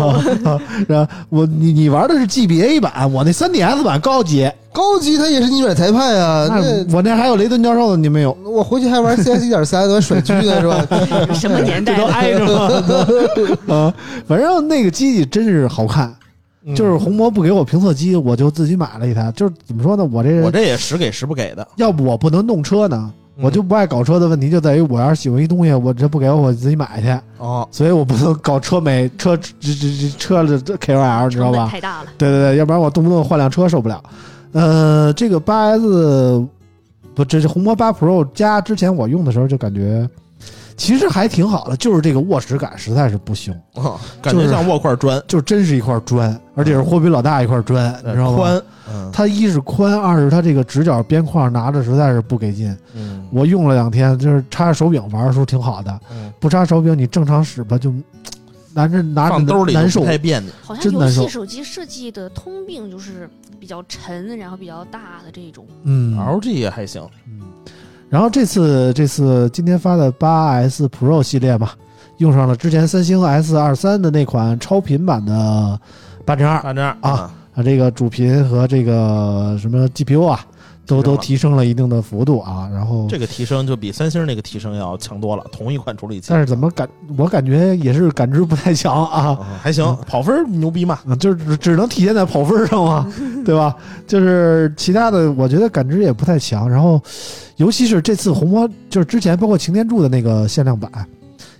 你玩的是 GBA 版，我那 3DS 版高级， 它也是逆转裁判呀。 我那还有雷顿教授的，你没有？ 我回去还玩 CS 1.3，我甩狙呢是吧？ 什么年代都挨着吗？反正那个机器真是好看。就是红魔不给我评测机，我就自己买了一台。就是怎么说呢，我这也时给时不给的。 要不我不能弄车呢，我就不爱搞车的问题就在于，我要是喜欢一东西，我这不给我自己买去所以我不能搞车美车的 KOL， 你知道吧？ 太大了。 对，要不然我动不动换辆车受不了。这个 8S 不，这是红魔8 Pro 加之前我用的时候就感觉。其实还挺好的，就是这个握持感实在是不行感觉像握块砖， 就真是一块砖，而且是货比老大一块砖，你知道吗？ 宽， 它一是宽，二是它这个直角边框拿着实在是不给劲。我用了2天，就是插着手柄玩的时候挺好的，不插手柄你正常使吧就拿着放兜里难受， 太别扭。 好像游戏手机设计的通病就是比较沉，然后比较大的这种。 LG 也还行。 然后这次今天发的 8S Pro 系列嘛，用上了之前三星 S23 的那款超频版的8 Gen 2啊，这个主频和这个什么 GPU 啊，都提升了一定的幅度啊。然后这个提升就比三星那个提升要强多了，同一款处理器。 但是怎么我感觉也是感知不太强啊。 还行，跑分牛逼嘛， 就是只能体现在跑分上嘛，对吧？就是其他的我觉得感知也不太强。然后尤其是这次红魔，就是之前包括擎天柱的那个限量版，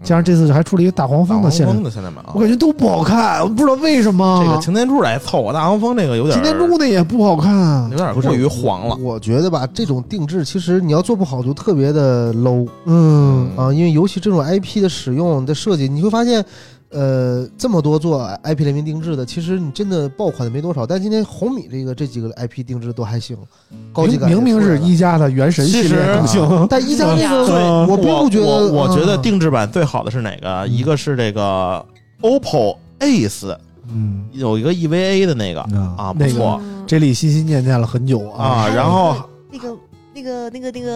加上这次还出了一个大黄蜂的限量版， 我感觉都不好看，我不知道为什么。 这个擎天柱来凑合，大黄蜂这个有点， 擎天柱那也不好看， 有点过于黄了。 我觉得吧，这种定制其实你要做不好就特别的 low。因为尤其这种 IP 的使用的设计，你会发现。这么多做 IP 联名定制的，其实你真的爆款的没多少。但今天红米这几个 IP 定制都还行，高级感明明是一加的原神系列更行， 但一加那个我并不觉得。 我觉得定制版最好的是哪个？一个是这个 OPPO Ace，有一个 EVA 的那个啊，不错， 这里心心念念了很久啊。然后那个。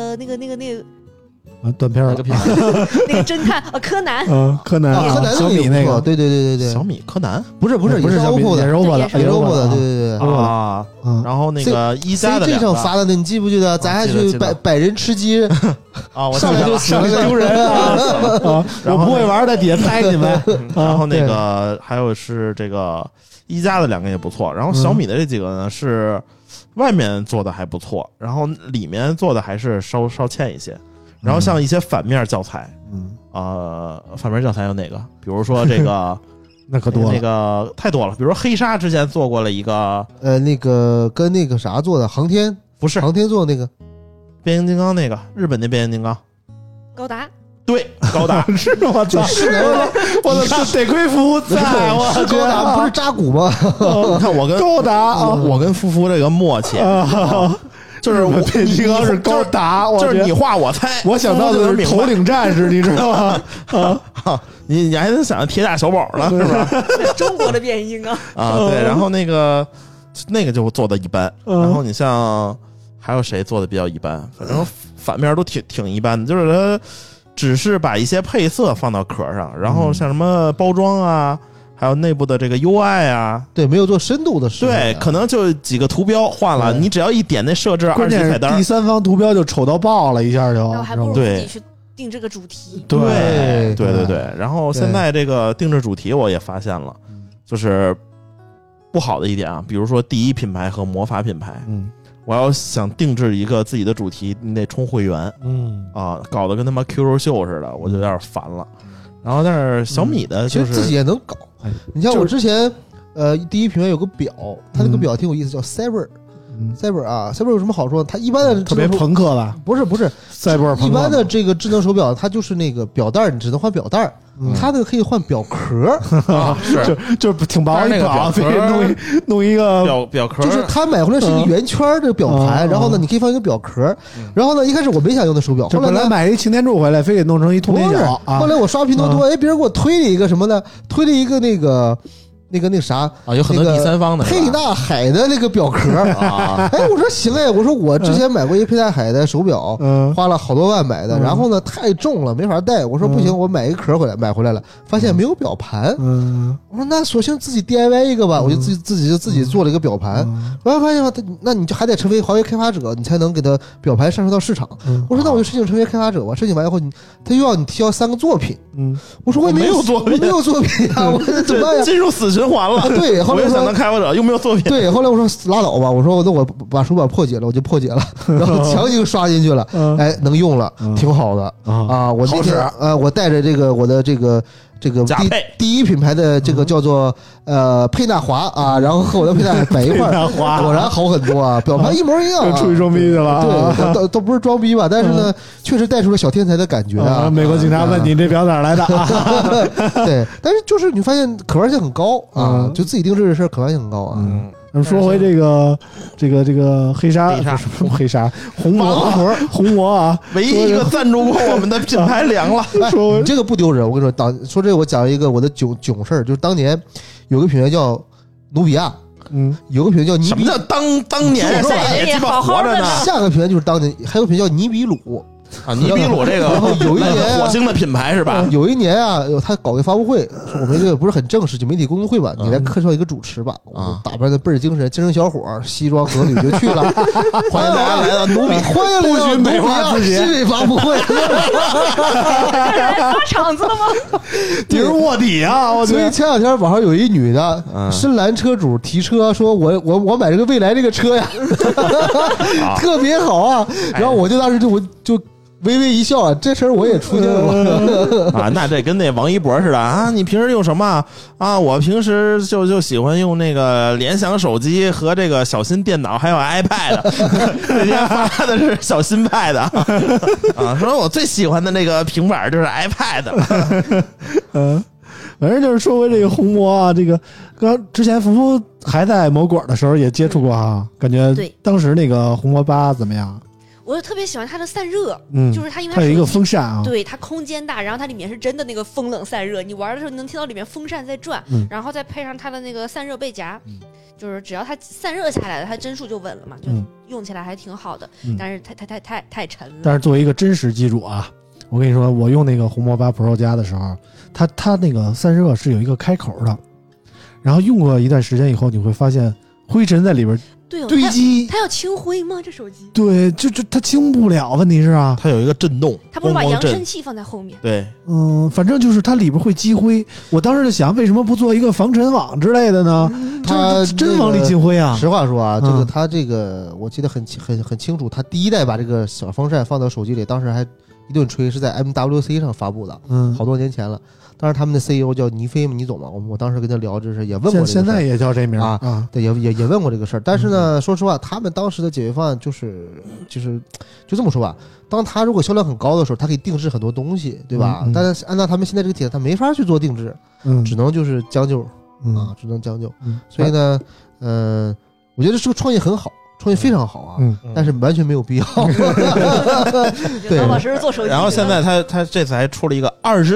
断片了， 那个侦探柯南， 柯南小米那个， 对， 小米柯南不是也是 OPPO 的， 也是 OPPO 的，对啊。然后那个一加的这上发的那，你记不记得？咱还去百人吃鸡啊，我上来就死了丢人啊！我不会玩，在底下猜你们。 然后那个还有是这个一加的两个也不错，然后小米的这几个呢是外面做的还不错，然后里面做的还是稍欠一些。然后像一些反面教材，反面教材有哪个？比如说这个， 那可多了， 那个太多了。比如说黑鲨之前做过了一个， 那个跟那个啥做的，航天不是航天做的那个， 变形金刚那个日本的变形金刚， 高达。 对，高达是吗？ 就是我的得亏夫妇在，我高达不是扎古吗？ 你看我跟高达， 我跟夫妇这个默契。就是我变形金刚是高达， 就是你画我猜， 我想到的是头领战士，你知道吗？ 你还能想铁甲小宝呢，是吧？ 中国的变形金刚啊，对。然后那个就做的一般，然后你像还有谁做的比较一般？反正反面都挺一般的，就是它只是把一些配色放到壳上，然后像什么包装啊。还有内部的这个 UI 啊， 对，没有做深度的设计， 对，可能就几个图标换了，你只要一点那设置2级菜单， 第三方图标就丑到爆了，一下就， 还不如自己去定这个主题。 对。然后现在这个定制主题我也发现了，就是不好的一点啊，比如说第一品牌和魔法品牌，我要想定制一个自己的主题，你得充会员，搞得跟他妈 QQ 秀似的，我就有点烦了。然后但是小米的其实自己也能搞。你像我之前第一品牌有个表，它那个表挺有意思，叫 Cyber 啊 ，Cyber 有什么好处呢？它一般的特别朋克吧？ 不是 Cyber 一般的这个智能手表，它就是那个表带，你只能换表带。它那个可以换表壳啊，是就挺薄一表，弄一个表壳， 就是他买回来是一个圆圈的表盘，然后呢，你可以放一个表壳。然后呢，一开始我没想用那手表，后来买一擎天柱回来，非给弄成一通天角。 后来我刷拼多多，哎，别人给我推了一个什么呢？推了一个那个啥啊，有很多第三方的沛纳海的那个表壳啊。哎，我说行哎，我说我之前买过一个沛纳海的手表，花了好多万买的，然后呢太重了没法带，我说不行，我买一个壳买回来了，发现没有表盘，我说那索性自己 DIY 一个吧，我就自己做了一个表盘，后来发现那你就还得成为华为开发者，你才能给他表盘上升到市场。我说那我就申请成为开发者吧，申请完以后他又要你提交3个作品，我说我没有作品啊，我怎么办呀？ 进入死循环了。 对，后来我想当开发者又没有作品。 对，后来我说拉倒吧，我说那我把手表破解了，我就破解了，然后强行刷进去了，哎，能用了，挺好的啊。我那天我带着这个我的这个第一品牌的这个叫做沛纳华啊，然后和我的沛纳海摆一块儿，果然好很多啊，表盘一模一样， 出去装逼去了。 对，都不是装逼吧，但是呢，确实带出了小天才的感觉啊。 美国警察问你这表哪来的啊？ 对，但是就是你发现可玩性很高啊，就自己定制的事可玩性很高啊。 说回这个黑鲨红魔啊， 唯一一个赞助过我们的品牌凉了。 说你这个不丢人，我跟你说，说这个我讲一个我的囧事儿，就是当年有个品牌叫努比亚，有个品牌叫尼比。 什么叫当年？也鸡巴活着呢。 下个品牌就是当年，还有个品牌叫尼比鲁。 啊，尼比鲁这个， 然后有一年火星的品牌是吧？ 有一年啊，他搞个发布会，说我们这个不是很正式，就媒体沟通会吧，你来客串一个主持吧。我打扮的倍儿精神小伙，西装革履就去了。欢迎大家来到努比，欢迎来到努比亚新锐发布会。 来发场子了吗？ 你是卧底啊！我所以前两天网上有一女的深蓝车主提车，说我买这个蔚来这个车呀，特别好啊。然后我就当时就微微一笑啊，这事儿我也出现过啊，那这跟那王一博似的啊！你平时用什么啊？我平时就喜欢用那个联想手机和这个小新电脑，还有 iPad。那天发的是小新 Pad 啊，说我最喜欢的那个平板就是 iPad。 反正就是说回这个红魔啊，这个之前福福还在魔果的时候也接触过啊，感觉当时那个红魔8怎么样？ 我就特别喜欢它的散热，就是它因为它有一个风扇啊， 对，它空间大，然后它里面是真的那个风冷散热，你玩的时候能听到里面风扇在转，然后再配上它的那个散热背夹，就是只要它散热下来了，它帧数就稳了嘛，就用起来还挺好的，但是太沉了。 但是作为一个真实机主啊，我跟你说，我用那个红魔8 Pro 加的时候，它那个散热是有一个开口的，然后用过一段时间以后，你会发现灰尘在里边堆积。 它要清灰吗？这手机？ 对，就它清不了，问题是啊， 它有一个震动， 它不是把扬声器放在后面？ 对， 反正就是它里边会积灰。我当时就想，为什么不做一个防尘网之类的呢？它真往里进灰啊！ 实话说啊，它这个我记得很清楚，它第一代把这个小风扇放到手机里，当时还一顿吹，是在 MWC 上发布的，好多年前了。当时他们的 CEO 叫倪飞嘛，你懂吗？我当时跟他聊这事，也问过这个事。 现在也叫这名啊，对，也问过这个事儿。但是呢，说实话，他们当时的解决方案就这么说吧。当他如果销量很高的时候，他可以定制很多东西，对吧？但是按照他们现在这个体验，他没法去做定制，只能就是将就啊，只能将就。所以呢，我觉得这个创意很好。创意非常好啊，但是完全没有必要。 对，老师做手机。 然后现在他这次还出了一个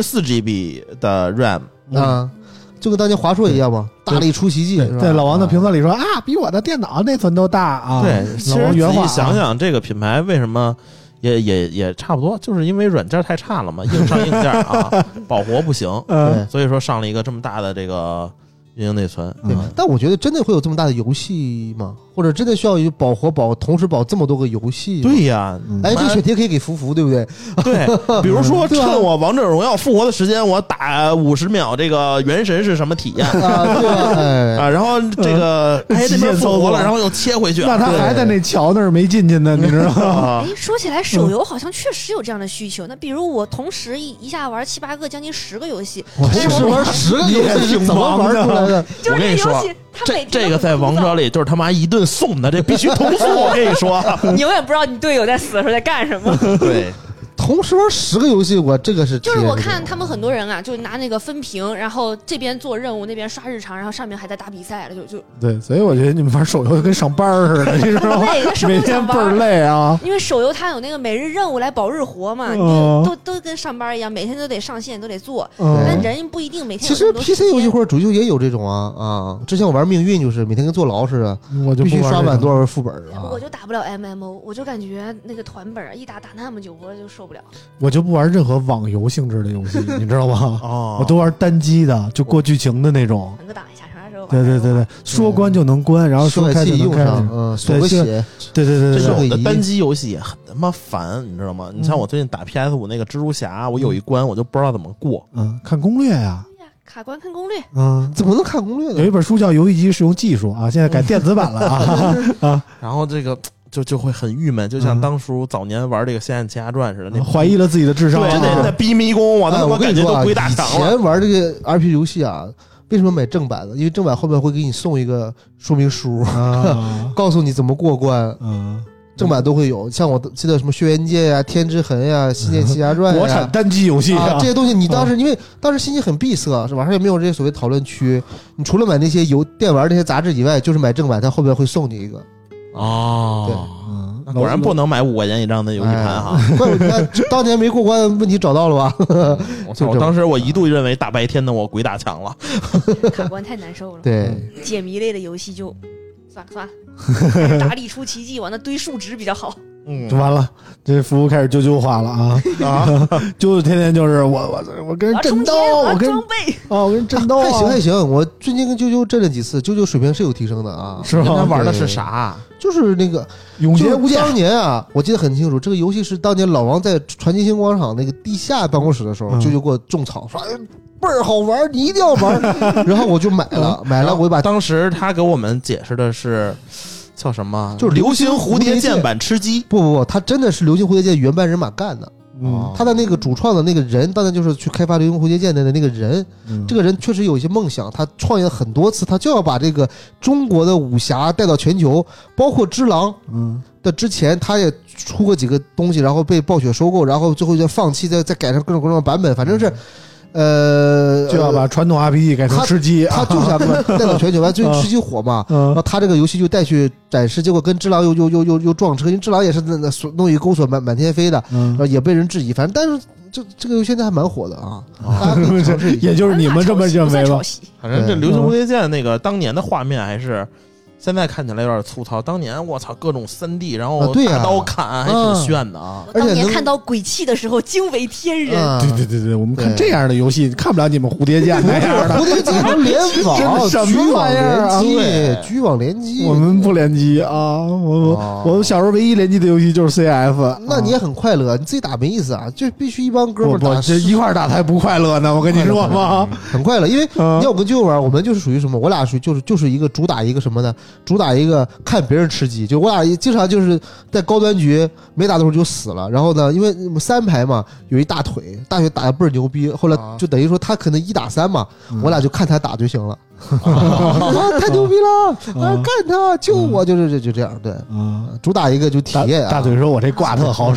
24GB 的 RAM 啊，就跟当年华硕一样嘛，大力出奇迹。 在老王的评论里说啊，比我的电脑内存都大啊。 对，其实仔细想想，这个品牌为什么也差不多，就是因为软件太差了嘛，硬上硬件啊，保活不行，所以说上了一个这么大的这个。运营内存， 对，但我觉得真的会有这么大的游戏吗？或者真的需要保活同时保这么多个游戏？ 对呀， 哎，这个选题可以给福，对不对？ 对，比如说趁我王者荣耀复活的时间，我打50秒这个原神是什么体验啊？对啊，然后这个这边复活了，然后又切回去， 那他还在那桥那儿没进去呢，你知道吗？ 哎，说起来，手游好像确实有这样的需求。那比如我同时一下玩7、8个，将近10个游戏， 同时玩10个游戏是怎么玩出来的？ 我跟你说，这个在王者里就是他妈一顿送的，这必须投诉。我跟你说， 你永远不知道你队友在死的时候在干什么。 对。 同时玩10个游戏，我这个是就是我看他们很多人啊，就拿那个分屏，然后这边做任务，那边刷日常，然后上面还在打比赛了，就对，所以我觉得你们玩手游跟上班似的，你知道吗？每天倍儿累啊！ 因为手游它有那个每日任务来保日活嘛，都跟上班一样，每天都得上线，都得做。但人不一定每天。 其实 PC 游戏或者主机也有这种啊。之前我玩命运就是每天跟坐牢似的， 我就必须刷满多少副本啊。 我就打不了 MMO， 我就感觉那个团本一打那么久，我就受不了。 我就不玩任何网游性质的游戏，你知道吗？我都玩单机的，就过剧情的那种。 能够打一下，啥时候？ 对，说关就能关，然后说开就能开。 锁个血。 对， 有的单机游戏也很他妈烦，你知道吗？你像我最近打 PS5那个蜘蛛侠，我有一关我就不知道怎么过。 看攻略呀。 卡关看攻略， 怎么能看攻略呢？ 有一本书叫《游戏机使用技术》啊，现在改电子版了啊。 然后这个。就会很郁闷，就像当初早年玩这个《仙剑奇侠传》似的，那怀疑了自己的智商， 对，那逼迷宫，我感觉都归大强了。 以前玩这个 RPG 游戏啊，为什么买正版的？因为正版后面会给你送一个说明书，告诉你怎么过关。正版都会有，像我记得什么《轩辕剑》呀、《天之痕》呀、《仙剑奇侠传》 国产单机游戏这些东西，你当时因为当时信息很闭塞，是吧？上也没有这些所谓讨论区，你除了买那些电玩这些杂志以外，就是买正版，它后边会送你一个。 对，果然不能买5块钱一张的游戏盘哈。 怪不得当年没过关，问题找到了吧？ 我当时我一度认为大白天的我鬼打墙了， 卡关太难受了。 对， 解谜类的游戏就算了，大力出奇迹，往那堆数值比较好。 就完了，这服务开始啾化了啊！啾天天就是我跟人震刀，我跟装备我跟人震刀， 还行。我最近跟啾震了几次，啾水平是有提升的啊。 是吗？ 他玩的是啥？ 就是那个永劫无间。 当年啊，我记得很清楚，这个游戏是当年老王在传奇星广场那个地下办公室的时候，啾给我种草说倍儿好玩，你一定要玩。然后我就买了，我就把当时他给我们解释的是。 叫什么？ 就是流星蝴蝶剑版吃鸡。 不，他真的是流星蝴蝶剑原班人马干的。他的那个主创的那个人，当然就是去开发流星蝴蝶剑的那个人，这个人确实有一些梦想，他创业了很多次，他就要把这个中国的武侠带到全球，包括只狼的之前他也出过几个东西，然后被暴雪收购，然后最后就放弃，再改成各种各样的版本，反正是就要把传统 RPG 改成吃鸡， 他就想带到全球，完最近吃鸡火嘛，然后他这个游戏就带去展示，结果跟只狼又撞车，因为只狼也是弄一钩索满天飞的，然后也被人质疑，反正但是这个游戏现在还蛮火的啊， 也就是你们这么认为吧？ 反正这流星蝴蝶剑那个当年的画面还是。现在看起来有点粗糙，当年我操各种3D，然后大刀砍还挺炫的啊！ 而且当年看到鬼泣的时候惊为天人。 对，我们看这样的游戏看不了你们蝴蝶剑那样的。 蝴蝶剑能联网， 什么玩意儿啊？ 局网联机， 我们不联机啊！我小时候唯一联机的游戏就是 CF。 那你也很快乐，你自己打没意思啊，就必须一帮哥们打， 这一块打才不快乐呢！我跟你说嘛， 很快乐，因为你要我跟舅玩，我们就是属于什么？我俩属于就是一个主打一个什么呢？主打一个看别人吃鸡，就我俩经常就是在高端局没打多会就死了，然后呢，因为3排嘛，有一大腿打得倍儿牛逼，后来就等于说他可能1打3嘛，我俩就看他打就行了。太牛逼了！干他救我，就这样，对，主打一个就体验。 大嘴说：“我这挂特好使。”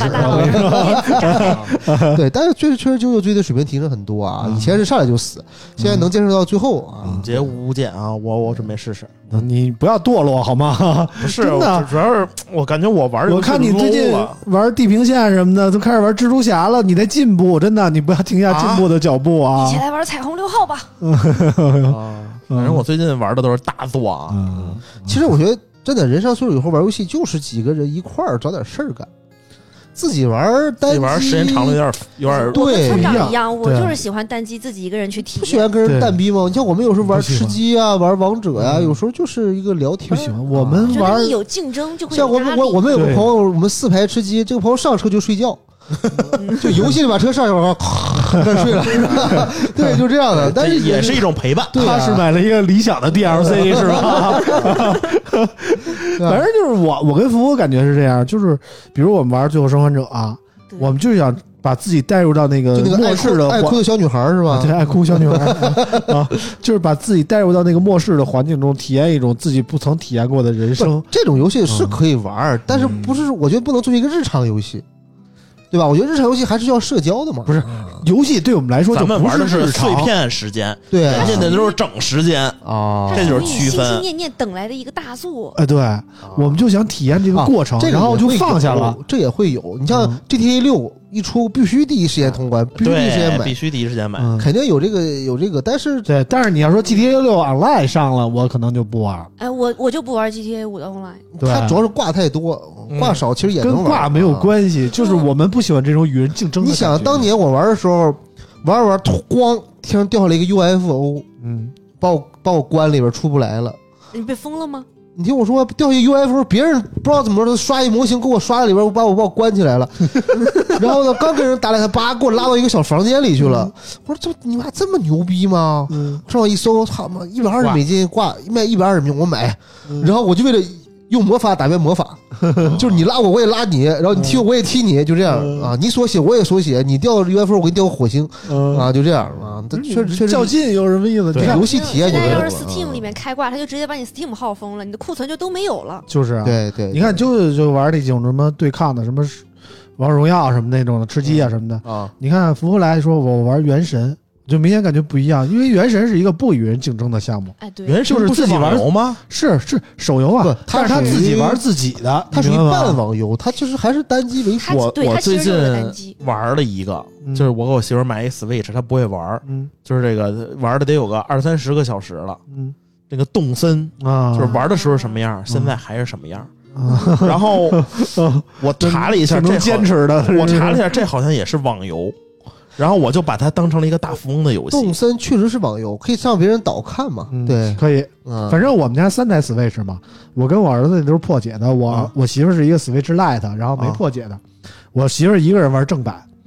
对，但是确实就追的水平提升很多啊！以前是上来就死，现在能坚持到最后啊！ 节无间啊，我准备试试。 你不要堕落好吗？ 不是，主要是我感觉我玩， 我看你最近玩地平线什么的，都开始玩蜘蛛侠了，你在进步，真的，你不要停下进步的脚步啊！ 一起来玩彩虹6号吧。 反正我最近玩的都是大作啊。 其实我觉得真的，人上岁数以后玩游戏就是几个人一块儿找点事儿干。自己玩单机， 玩时间长了有点对， 我跟村长一样，我就是喜欢单机自己一个人去体验。 不喜欢跟人单逼吗？你像我们有时候玩吃鸡啊，玩王者呀，有时候就是一个聊天。 不喜欢我们玩有竞争就会像我们有个朋友，我们4排吃鸡，这个朋友上车就睡觉。就游戏里把车上去了，睡了，对，就这样的。但是也是一种陪伴。 他是买了一个理想的 DLC 是吧？反正就是我跟福福感觉是这样，就是比如我们玩《最后生还者》啊，我们就想把自己带入到那个末世的爱哭的小女孩是吧？ 对，爱哭小女孩啊，就是把自己带入到那个末世的环境中，体验一种自己不曾体验过的人生。 这种游戏是可以玩，但是不是？我觉得不能作为一个日常游戏。对吧？我觉得日常游戏还是要社交的嘛。 不是，游戏对我们来说就咱们玩的是碎片时间， 对， 人家那都是整时间啊， 这就是区分。 心心念念等来的一个大作。 对，我们就想体验这个过程，然后就放下了。 这也会有，你像 GTA 6一出，必须第一时间通关，必须第一时间买， 必须第一时间买， 肯定有这个，但是对，但是你要说 GTA 6 Online 上了，我可能就不玩。 哎，我就不玩 GTA 5的 Online， 它主要是挂太多，挂少其实也能玩， 跟挂没有关系，就是我们不喜欢这种与人竞争的。 你想当年我玩的时候，玩咣，天上掉下来一个 UFO， 把我关里边出不来了。 你被封了吗？ 你听我说，掉下 UFO， 别人不知道怎么着，刷一模型给我刷在里边，把我关起来了。然后呢，刚跟人打2把，给我拉到一个小房间里去了。我说你妈这么牛逼吗？上网一搜，操妈，120美金挂卖120美金，我买。然后我就为了用魔法打败魔法，就是你拉我也拉你，然后你踢我也踢你，就这样啊！你锁血我也锁血，你掉 UFO 我给你掉个火星啊，就这样啊！确实较劲有什么意思？ 对，游戏体验就现在要是 Steam 里面开挂，它就直接把你 Steam 号封了，你的库存就都没有了。 就是啊， 对， 你看就玩那种什么对抗的，什么王者荣耀什么那种的，吃鸡啊什么的啊。你看福福来说，我玩原神。就明显感觉不一样，因为原神是一个不与人竞争的项目。 哎，对， 原神是自己玩吗？ 是手游啊，但是他自己玩自己的， 他属于半网游，他就是还是单机为主。 我最近玩了一个，就是我给我媳妇买一 Switch， 她不会玩，就是这个玩的得有个20-30个小时了。这个动森啊，就是玩的时候什么样，现在还是什么样。然后我查了一下， 能坚持的， 我查了一下，这好像也是网游。然后我就把它当成了一个大富翁的游戏。 动森确实是网游，可以上别人岛看嘛？对， 可以。反正我们家3台 Switch 嘛，我跟我儿子都是破解的。我媳妇是一个 Switch Lite， 然后没破解的。我媳妇一个人玩正版，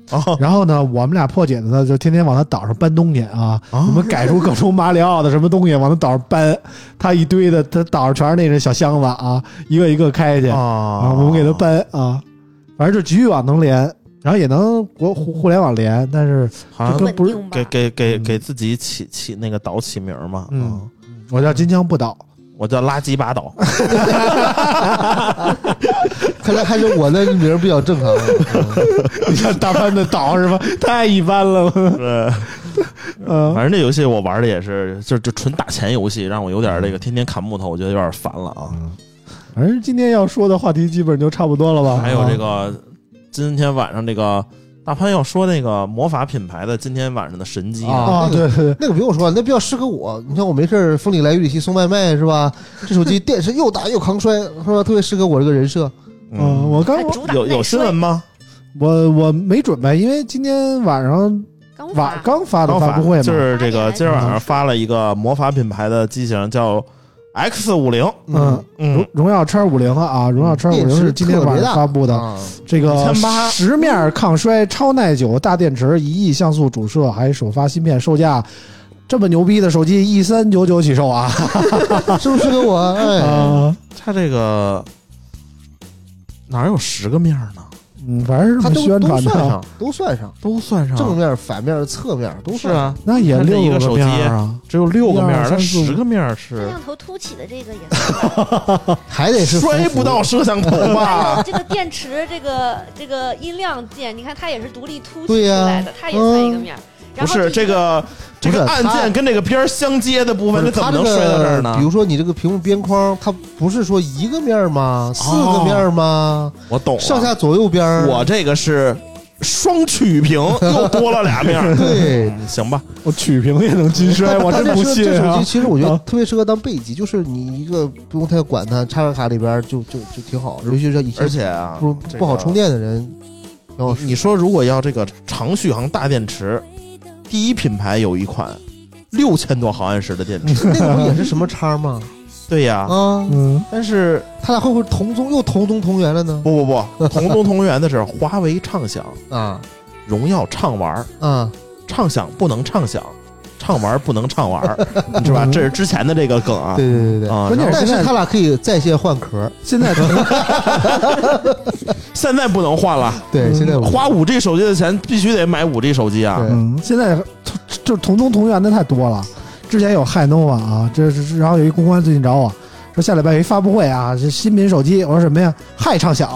然后呢，我们俩破解的呢，就天天往他岛上搬东西啊，我们改出各种马里奥的什么东西往他岛上搬，他一堆的，他岛上全是那种小箱子啊，一个一个开去啊，我们给他搬啊，反正就局域网能连，然后也能互联网连，但是好像不是给自己起那个岛起名嘛， 我叫金枪不倒。 我叫垃圾把岛， 看来还是我的名比较正常。 你看大潘的岛是吧？太一般了。 对，反正这游戏我玩的也是，就纯打钱游戏，让我有点这个天天砍木头，我觉得有点烦了啊。 反正今天要说的话题基本就差不多了吧？ 还有这个今天晚上这个。大潘要说那个魔法品牌的今天晚上的神机啊，对对， 那个不用说，那比较适合我。你看我没事风里来雨里去送外卖是吧？这手机电池又大又抗摔，是吧？特别适合我这个人设。 我刚有新闻吗？ 我没准备，因为今天晚上刚发的发布会嘛， 就是这个今儿晚上发了一个魔法品牌的机型叫。X50， 荣耀X50啊，荣耀X50是今天晚上发布的，这个10面抗摔、超耐久大电池、1亿像素主摄，还首发芯片，售价这么牛逼的手机1399起售啊， 是不是跟我？哎， 它这个哪有10个面呢？ 反正是这么宣传的， 都算上，正面、反面、侧面都是啊。 那也 6 个手机啊， 只有6个面，它10个面是。 摄像头凸起的这个也算， 还得是摔不到摄像头吧？ 这个电池，这个音量键，你看它也是独立凸起出来的，它也算一个面。 不是这个按键跟这个边相接的部分，这怎么能摔到这儿呢？ 比如说你这个屏幕边框，它不是说一个面吗？4个面吗？ 我懂了， 上下左右边。 我这个是双曲屏，又多了2面。 对， 行吧， 我曲屏也能金摔，我真不信。 这手机其实我觉得特别适合当备机，就是你一个不用太管它，插个卡里边就挺好。尤其是以前而且啊， 不好充电的人， 你说如果要这个长续航大电池。第一品牌有一款6000多毫安时的电池， 那个不也是什么叉吗？ 对呀，但是他俩会不会同宗同源了呢？ 不，同宗同源的是华为畅享啊， 荣耀畅玩啊， 畅享不能畅享，畅玩不能畅玩，是吧？这是之前的这个梗啊。 对啊，关键是他俩可以在线换壳， 现在现在不能换了。 对，现在花5G 手机的钱必须得买5G 手机啊。 现在就同宗同源的太多了。之前有海诺啊，然后有一公关最近找我说下礼拜有一发布会啊，这新品手机。我说什么呀？嗨畅享。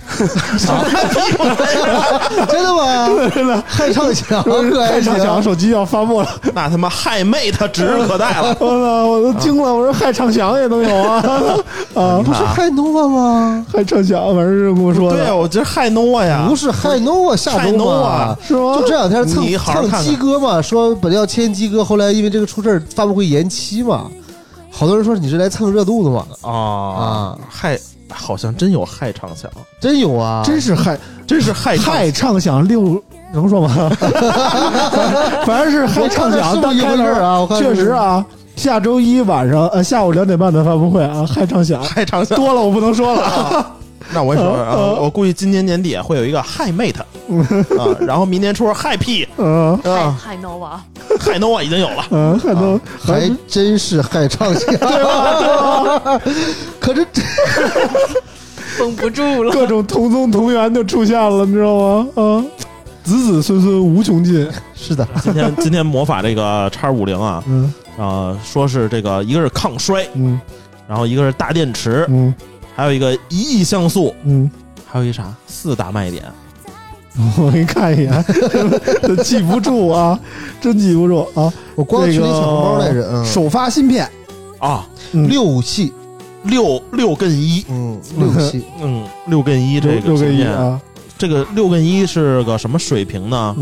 真的吗？ 真的， 嗨畅享， 嗨畅享手机要发布了， 那他妈嗨 Mate 指日可待了。 我都惊了，我说嗨畅享也能有啊？ 不是嗨 nova 吗？ 嗨畅享，反正是跟我说的。 对啊，我觉得嗨 nova 呀， 不是嗨 nova 下周嘛， 是吗？ 就这两天蹭鸡哥嘛，说本来要签鸡哥，后来因为这个出事儿，发布会延期嘛。好多人说你是来蹭热度的嘛？ 嗨。好像真有嗨畅享， 真有啊！ 真是嗨畅享6能说吗？反正是嗨畅享当开头啊！ 确实啊，下周一晚上下午2点半的发布会啊，嗨畅享多了我不能说了。 那我也说，我估计今年年底会有一个嗨 Mate 啊，然后明年出嗨 P， 嗨 Nova， 嗨 Nova 已经有了， 嗨 Nova 还真是嗨畅享， 对吧？可是绷不住了， 各种同宗同源就出现了，你知道吗？子子孙孙无穷尽。 是的， 今天魔法这个X50啊，说是这个一个是抗摔，然后一个是大电池，还有一个1亿像素，还有一啥4大卖点。 我给你看一眼，记不住啊，真记不住啊！ 我光群里抢红包来着。 首发芯片啊 ，6武器 ，6跟1，6跟1这个芯片啊， 这个6跟1是个什么水平呢？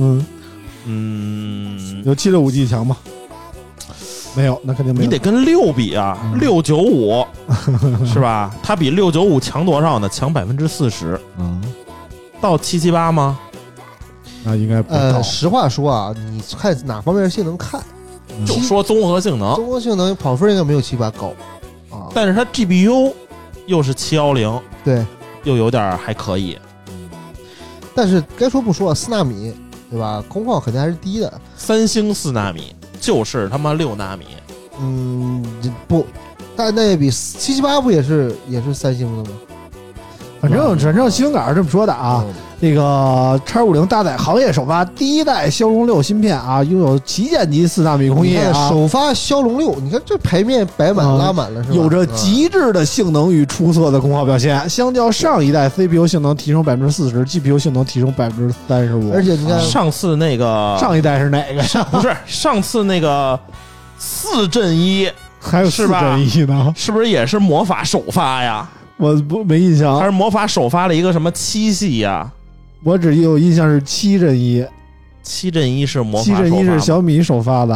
有765G 强吗？没有，那肯定没有。 你得跟6比啊，695是吧？它比695强多少呢？强40%。到778吗？ 那应该不到。 实话说啊，你看哪方面的性能看， 就说综合性能， 跑分应该没有778高啊。 但是它 GPU 又是710， 对， 又有点还可以。 但是该说不说，4纳米对吧？功耗肯定还是低的。 三星4纳米就是他妈6纳米。 不，但那也比778不也是三星的吗？ 反正新闻稿是这么说的啊。那个X50搭载行业首发第一代骁龙6芯片啊，拥有旗舰级4纳米工艺啊。 首发骁龙6，你看这牌面摆满拉满了是吧？ 有着极致的性能与出色的功耗表现，相较上一代 CPU 性能提升40%，GPU 性能提升35%。 而且你看上次那个上一代是哪个呀？ 不是上次那个4阵1， 还有4阵1呢？ 是不是也是魔法首发呀？ 我没印象， 还是魔法首发了一个什么7系呀？ 我只有印象是7阵1，7 阵1是魔法首发，7阵 1是小米首发的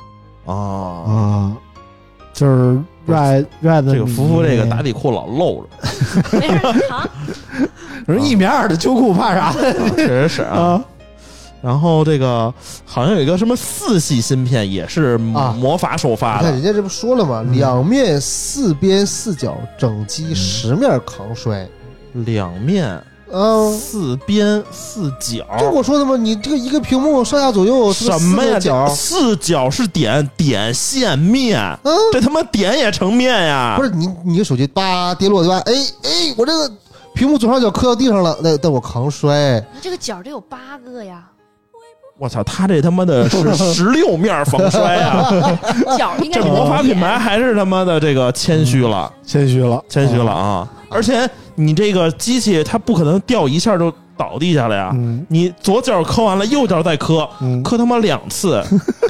就是 Red 这个福这个打底裤老露着，没事藏。 人1米2的秋裤怕啥？ 确实是啊。然后这个好像有一个什么4系芯片也是魔法首发的， 你看人家这不说了吗？两面4边4角整机10面抗摔， 两面。4边4角， 就我说的吗？你这个一个屏幕上下左右什么呀？4角是点线面，这他妈点也成面呀！ 不是你的手机叭跌落对吧？哎，我这个屏幕左上角磕到地上了，那我抗摔。 这个角得有8个呀！ 我操，他这他妈的是16面防摔啊！ 角应该这魔法品牌还是他妈的这个谦虚了啊！而且你这个机器它不可能掉一下就倒地下了呀，你左脚磕完了，右脚再磕他妈2次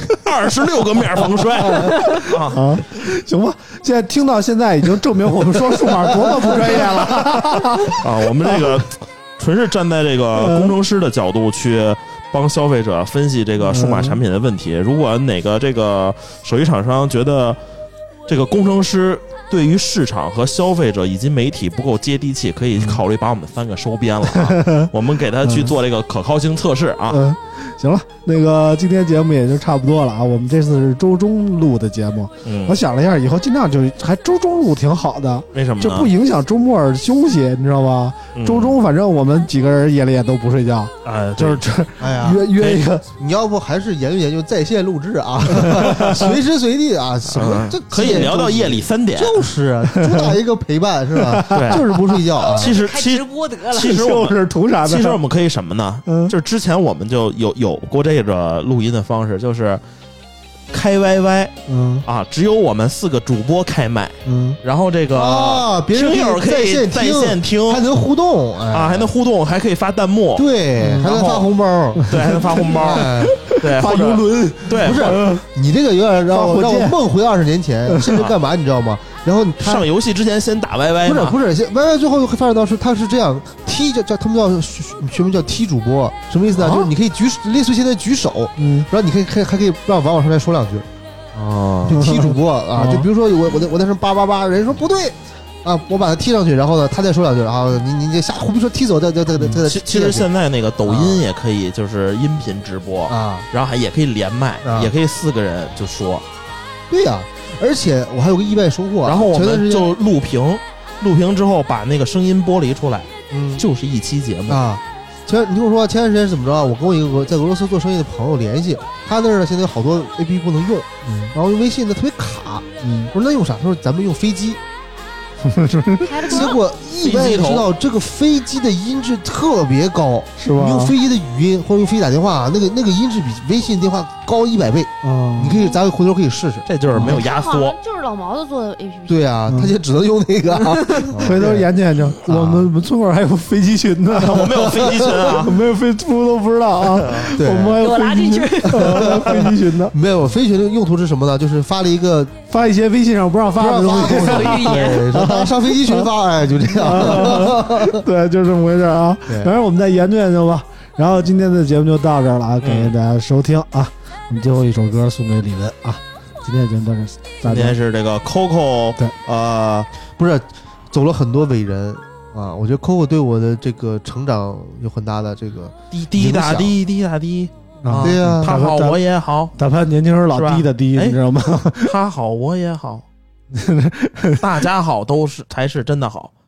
，26个面防摔啊！ 行吧，现在听到现在已经证明我们说数码多么不专业了啊！我们这个纯是站在这个工程师的角度去帮消费者分析这个数码产品的问题。如果哪个这个手机厂商觉得这个工程师对于市场和消费者以及媒体不够接地气，可以考虑把我们3个收编了啊！我们给他去做这个可靠性测试啊！ 行了，那个今天节目也就差不多了啊。我们这次是周中录的节目，我想了一下，以后尽量就还周中录挺好的。 为什么呢？ 这不影响周末休息，你知道吗？周中反正我们几个人夜里也都不睡觉，就是这，约一个。 你要不还是研究在线录制啊，随时随地啊，什么这可以聊到夜里3点， 就是主打一个陪伴是吧？ 对， 就是不睡觉啊。 其实开直播得了， 其实我是图啥呢？ 其实我们可以什么呢？就是之前我们就有过这个录音的方式，就是开 YY，只有我们4个主播开麦，然后这个听友可以在线听， 还能互动还能互动，还可以发弹幕， 对，还能发红包， 对，还能发红包，对， 发游轮， 对， 不是你这个有点让我梦回20年前，甚至干嘛你知道吗？然后上游戏之前先打 YY， 不是，YY 最后会发展到是他是这样踢叫他们叫学名叫踢主播，什么意思呢？就是你可以举，类似于现在举手，然后你还可以让网上来说2句，就踢主播啊，就比如说我在上888，人说不对啊，我把他踢上去，然后呢他再说2句，然后你这瞎胡逼说踢走，再其实现在那个抖音也可以就是音频直播啊， 然后也可以连麦，也可以4个人就说， 对呀。而且我还有个意外收获， 然后我们就录屏之后把那个声音剥离出来，就是一期节目啊。你跟我说前段时间是怎么着啊？我跟我一个在俄罗斯做生意的朋友联系，他那儿呢现在有好多 APP 不能用，然后用微信呢特别卡，我说那用啥？他说咱们用飞机。结果意外知道这个飞机的音质特别高， 是吧？ 用飞机的语音或者用飞机打电话，那个音质比微信电话高100倍。你可以，咱回头可以试试。 这就是没有压缩， 就是老毛子做的 APP。 对啊，他就只能用那个。 回头研究。我们村口还有飞机群呢， 我们有飞机群啊， 没有飞猪都不知道啊。 对， 我们还有飞机群，飞机群呢。 没有飞机群的用途是什么呢？就是发一些微信上不让发的东西， 上飞机群发，哎，就这样。 对，就这么回事啊。反正我们再研究吧。然后今天的节目就到这儿了啊，感谢大家收听啊。我们最后一首歌送给李文啊。今天的节目到这儿， 今天是这个 Coco， 对， 不是走了很多伟人啊。我觉得 Coco 对我的这个成长有很大的这个滴答滴啊，对呀， 他好我也好， 哪怕年轻人老滴的滴，你知道吗？ 他好我也好，大家好才是真的好。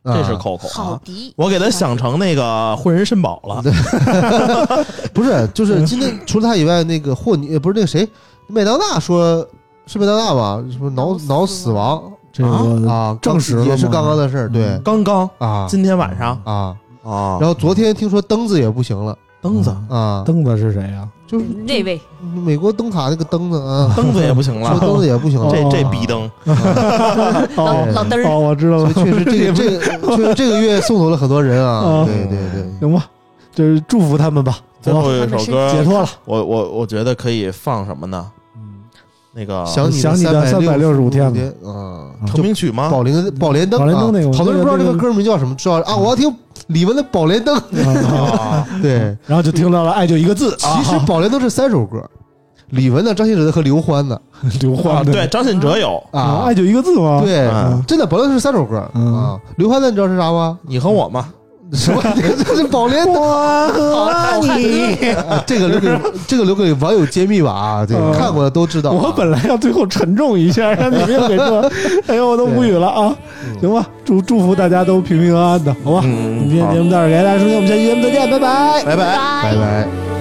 这是 Coco 好迪， 我给他想成那个混人肾宝了。 不是，就是今天除了他以外，那个霍尼不是那个谁，麦当娜说是麦当娜吧？什么脑死亡这个啊， 证实了也是刚刚的事儿，对， 刚刚啊， 今天晚上啊。 啊， 然后昨天听说灯子也不行了， 灯子啊， 灯子是谁呀？ 就是那位美国灯塔那个灯子啊， 灯子也不行了， 说灯子也不行了， 这逼灯， 老灯儿哦，我知道了， 确实确实这个月送走了很多人啊，对对对， 行吧，就是祝福他们吧。 最后一首歌解脱了， 我觉得可以放什么呢？那个想你的365天啊， 成名曲吗？ 宝莲灯那个， 好多人不知道这个歌名叫什么，知道啊？我要听李玟的《宝莲灯》，对， 然后就听到了《爱就一个字》。 其实《宝莲灯》是3首歌，李玟的、张信哲的和刘欢的。 刘欢对，张信哲有啊， 爱就一个字吗？ 对，真的《宝莲灯》是3首歌啊。刘欢的你知道是啥吗？ 你和我吗？ 什么？这是宝莲灯， 我和你。 这个留给网友揭秘吧啊！这个看过的都知道。 我本来要最后沉重一下，让你们又给这，哎呦，我都无语了啊！行吧，祝福大家都平平安安的，好吧？今天节目到这儿，感谢大家收听，我们下期节目再见，拜拜， 拜拜，拜拜。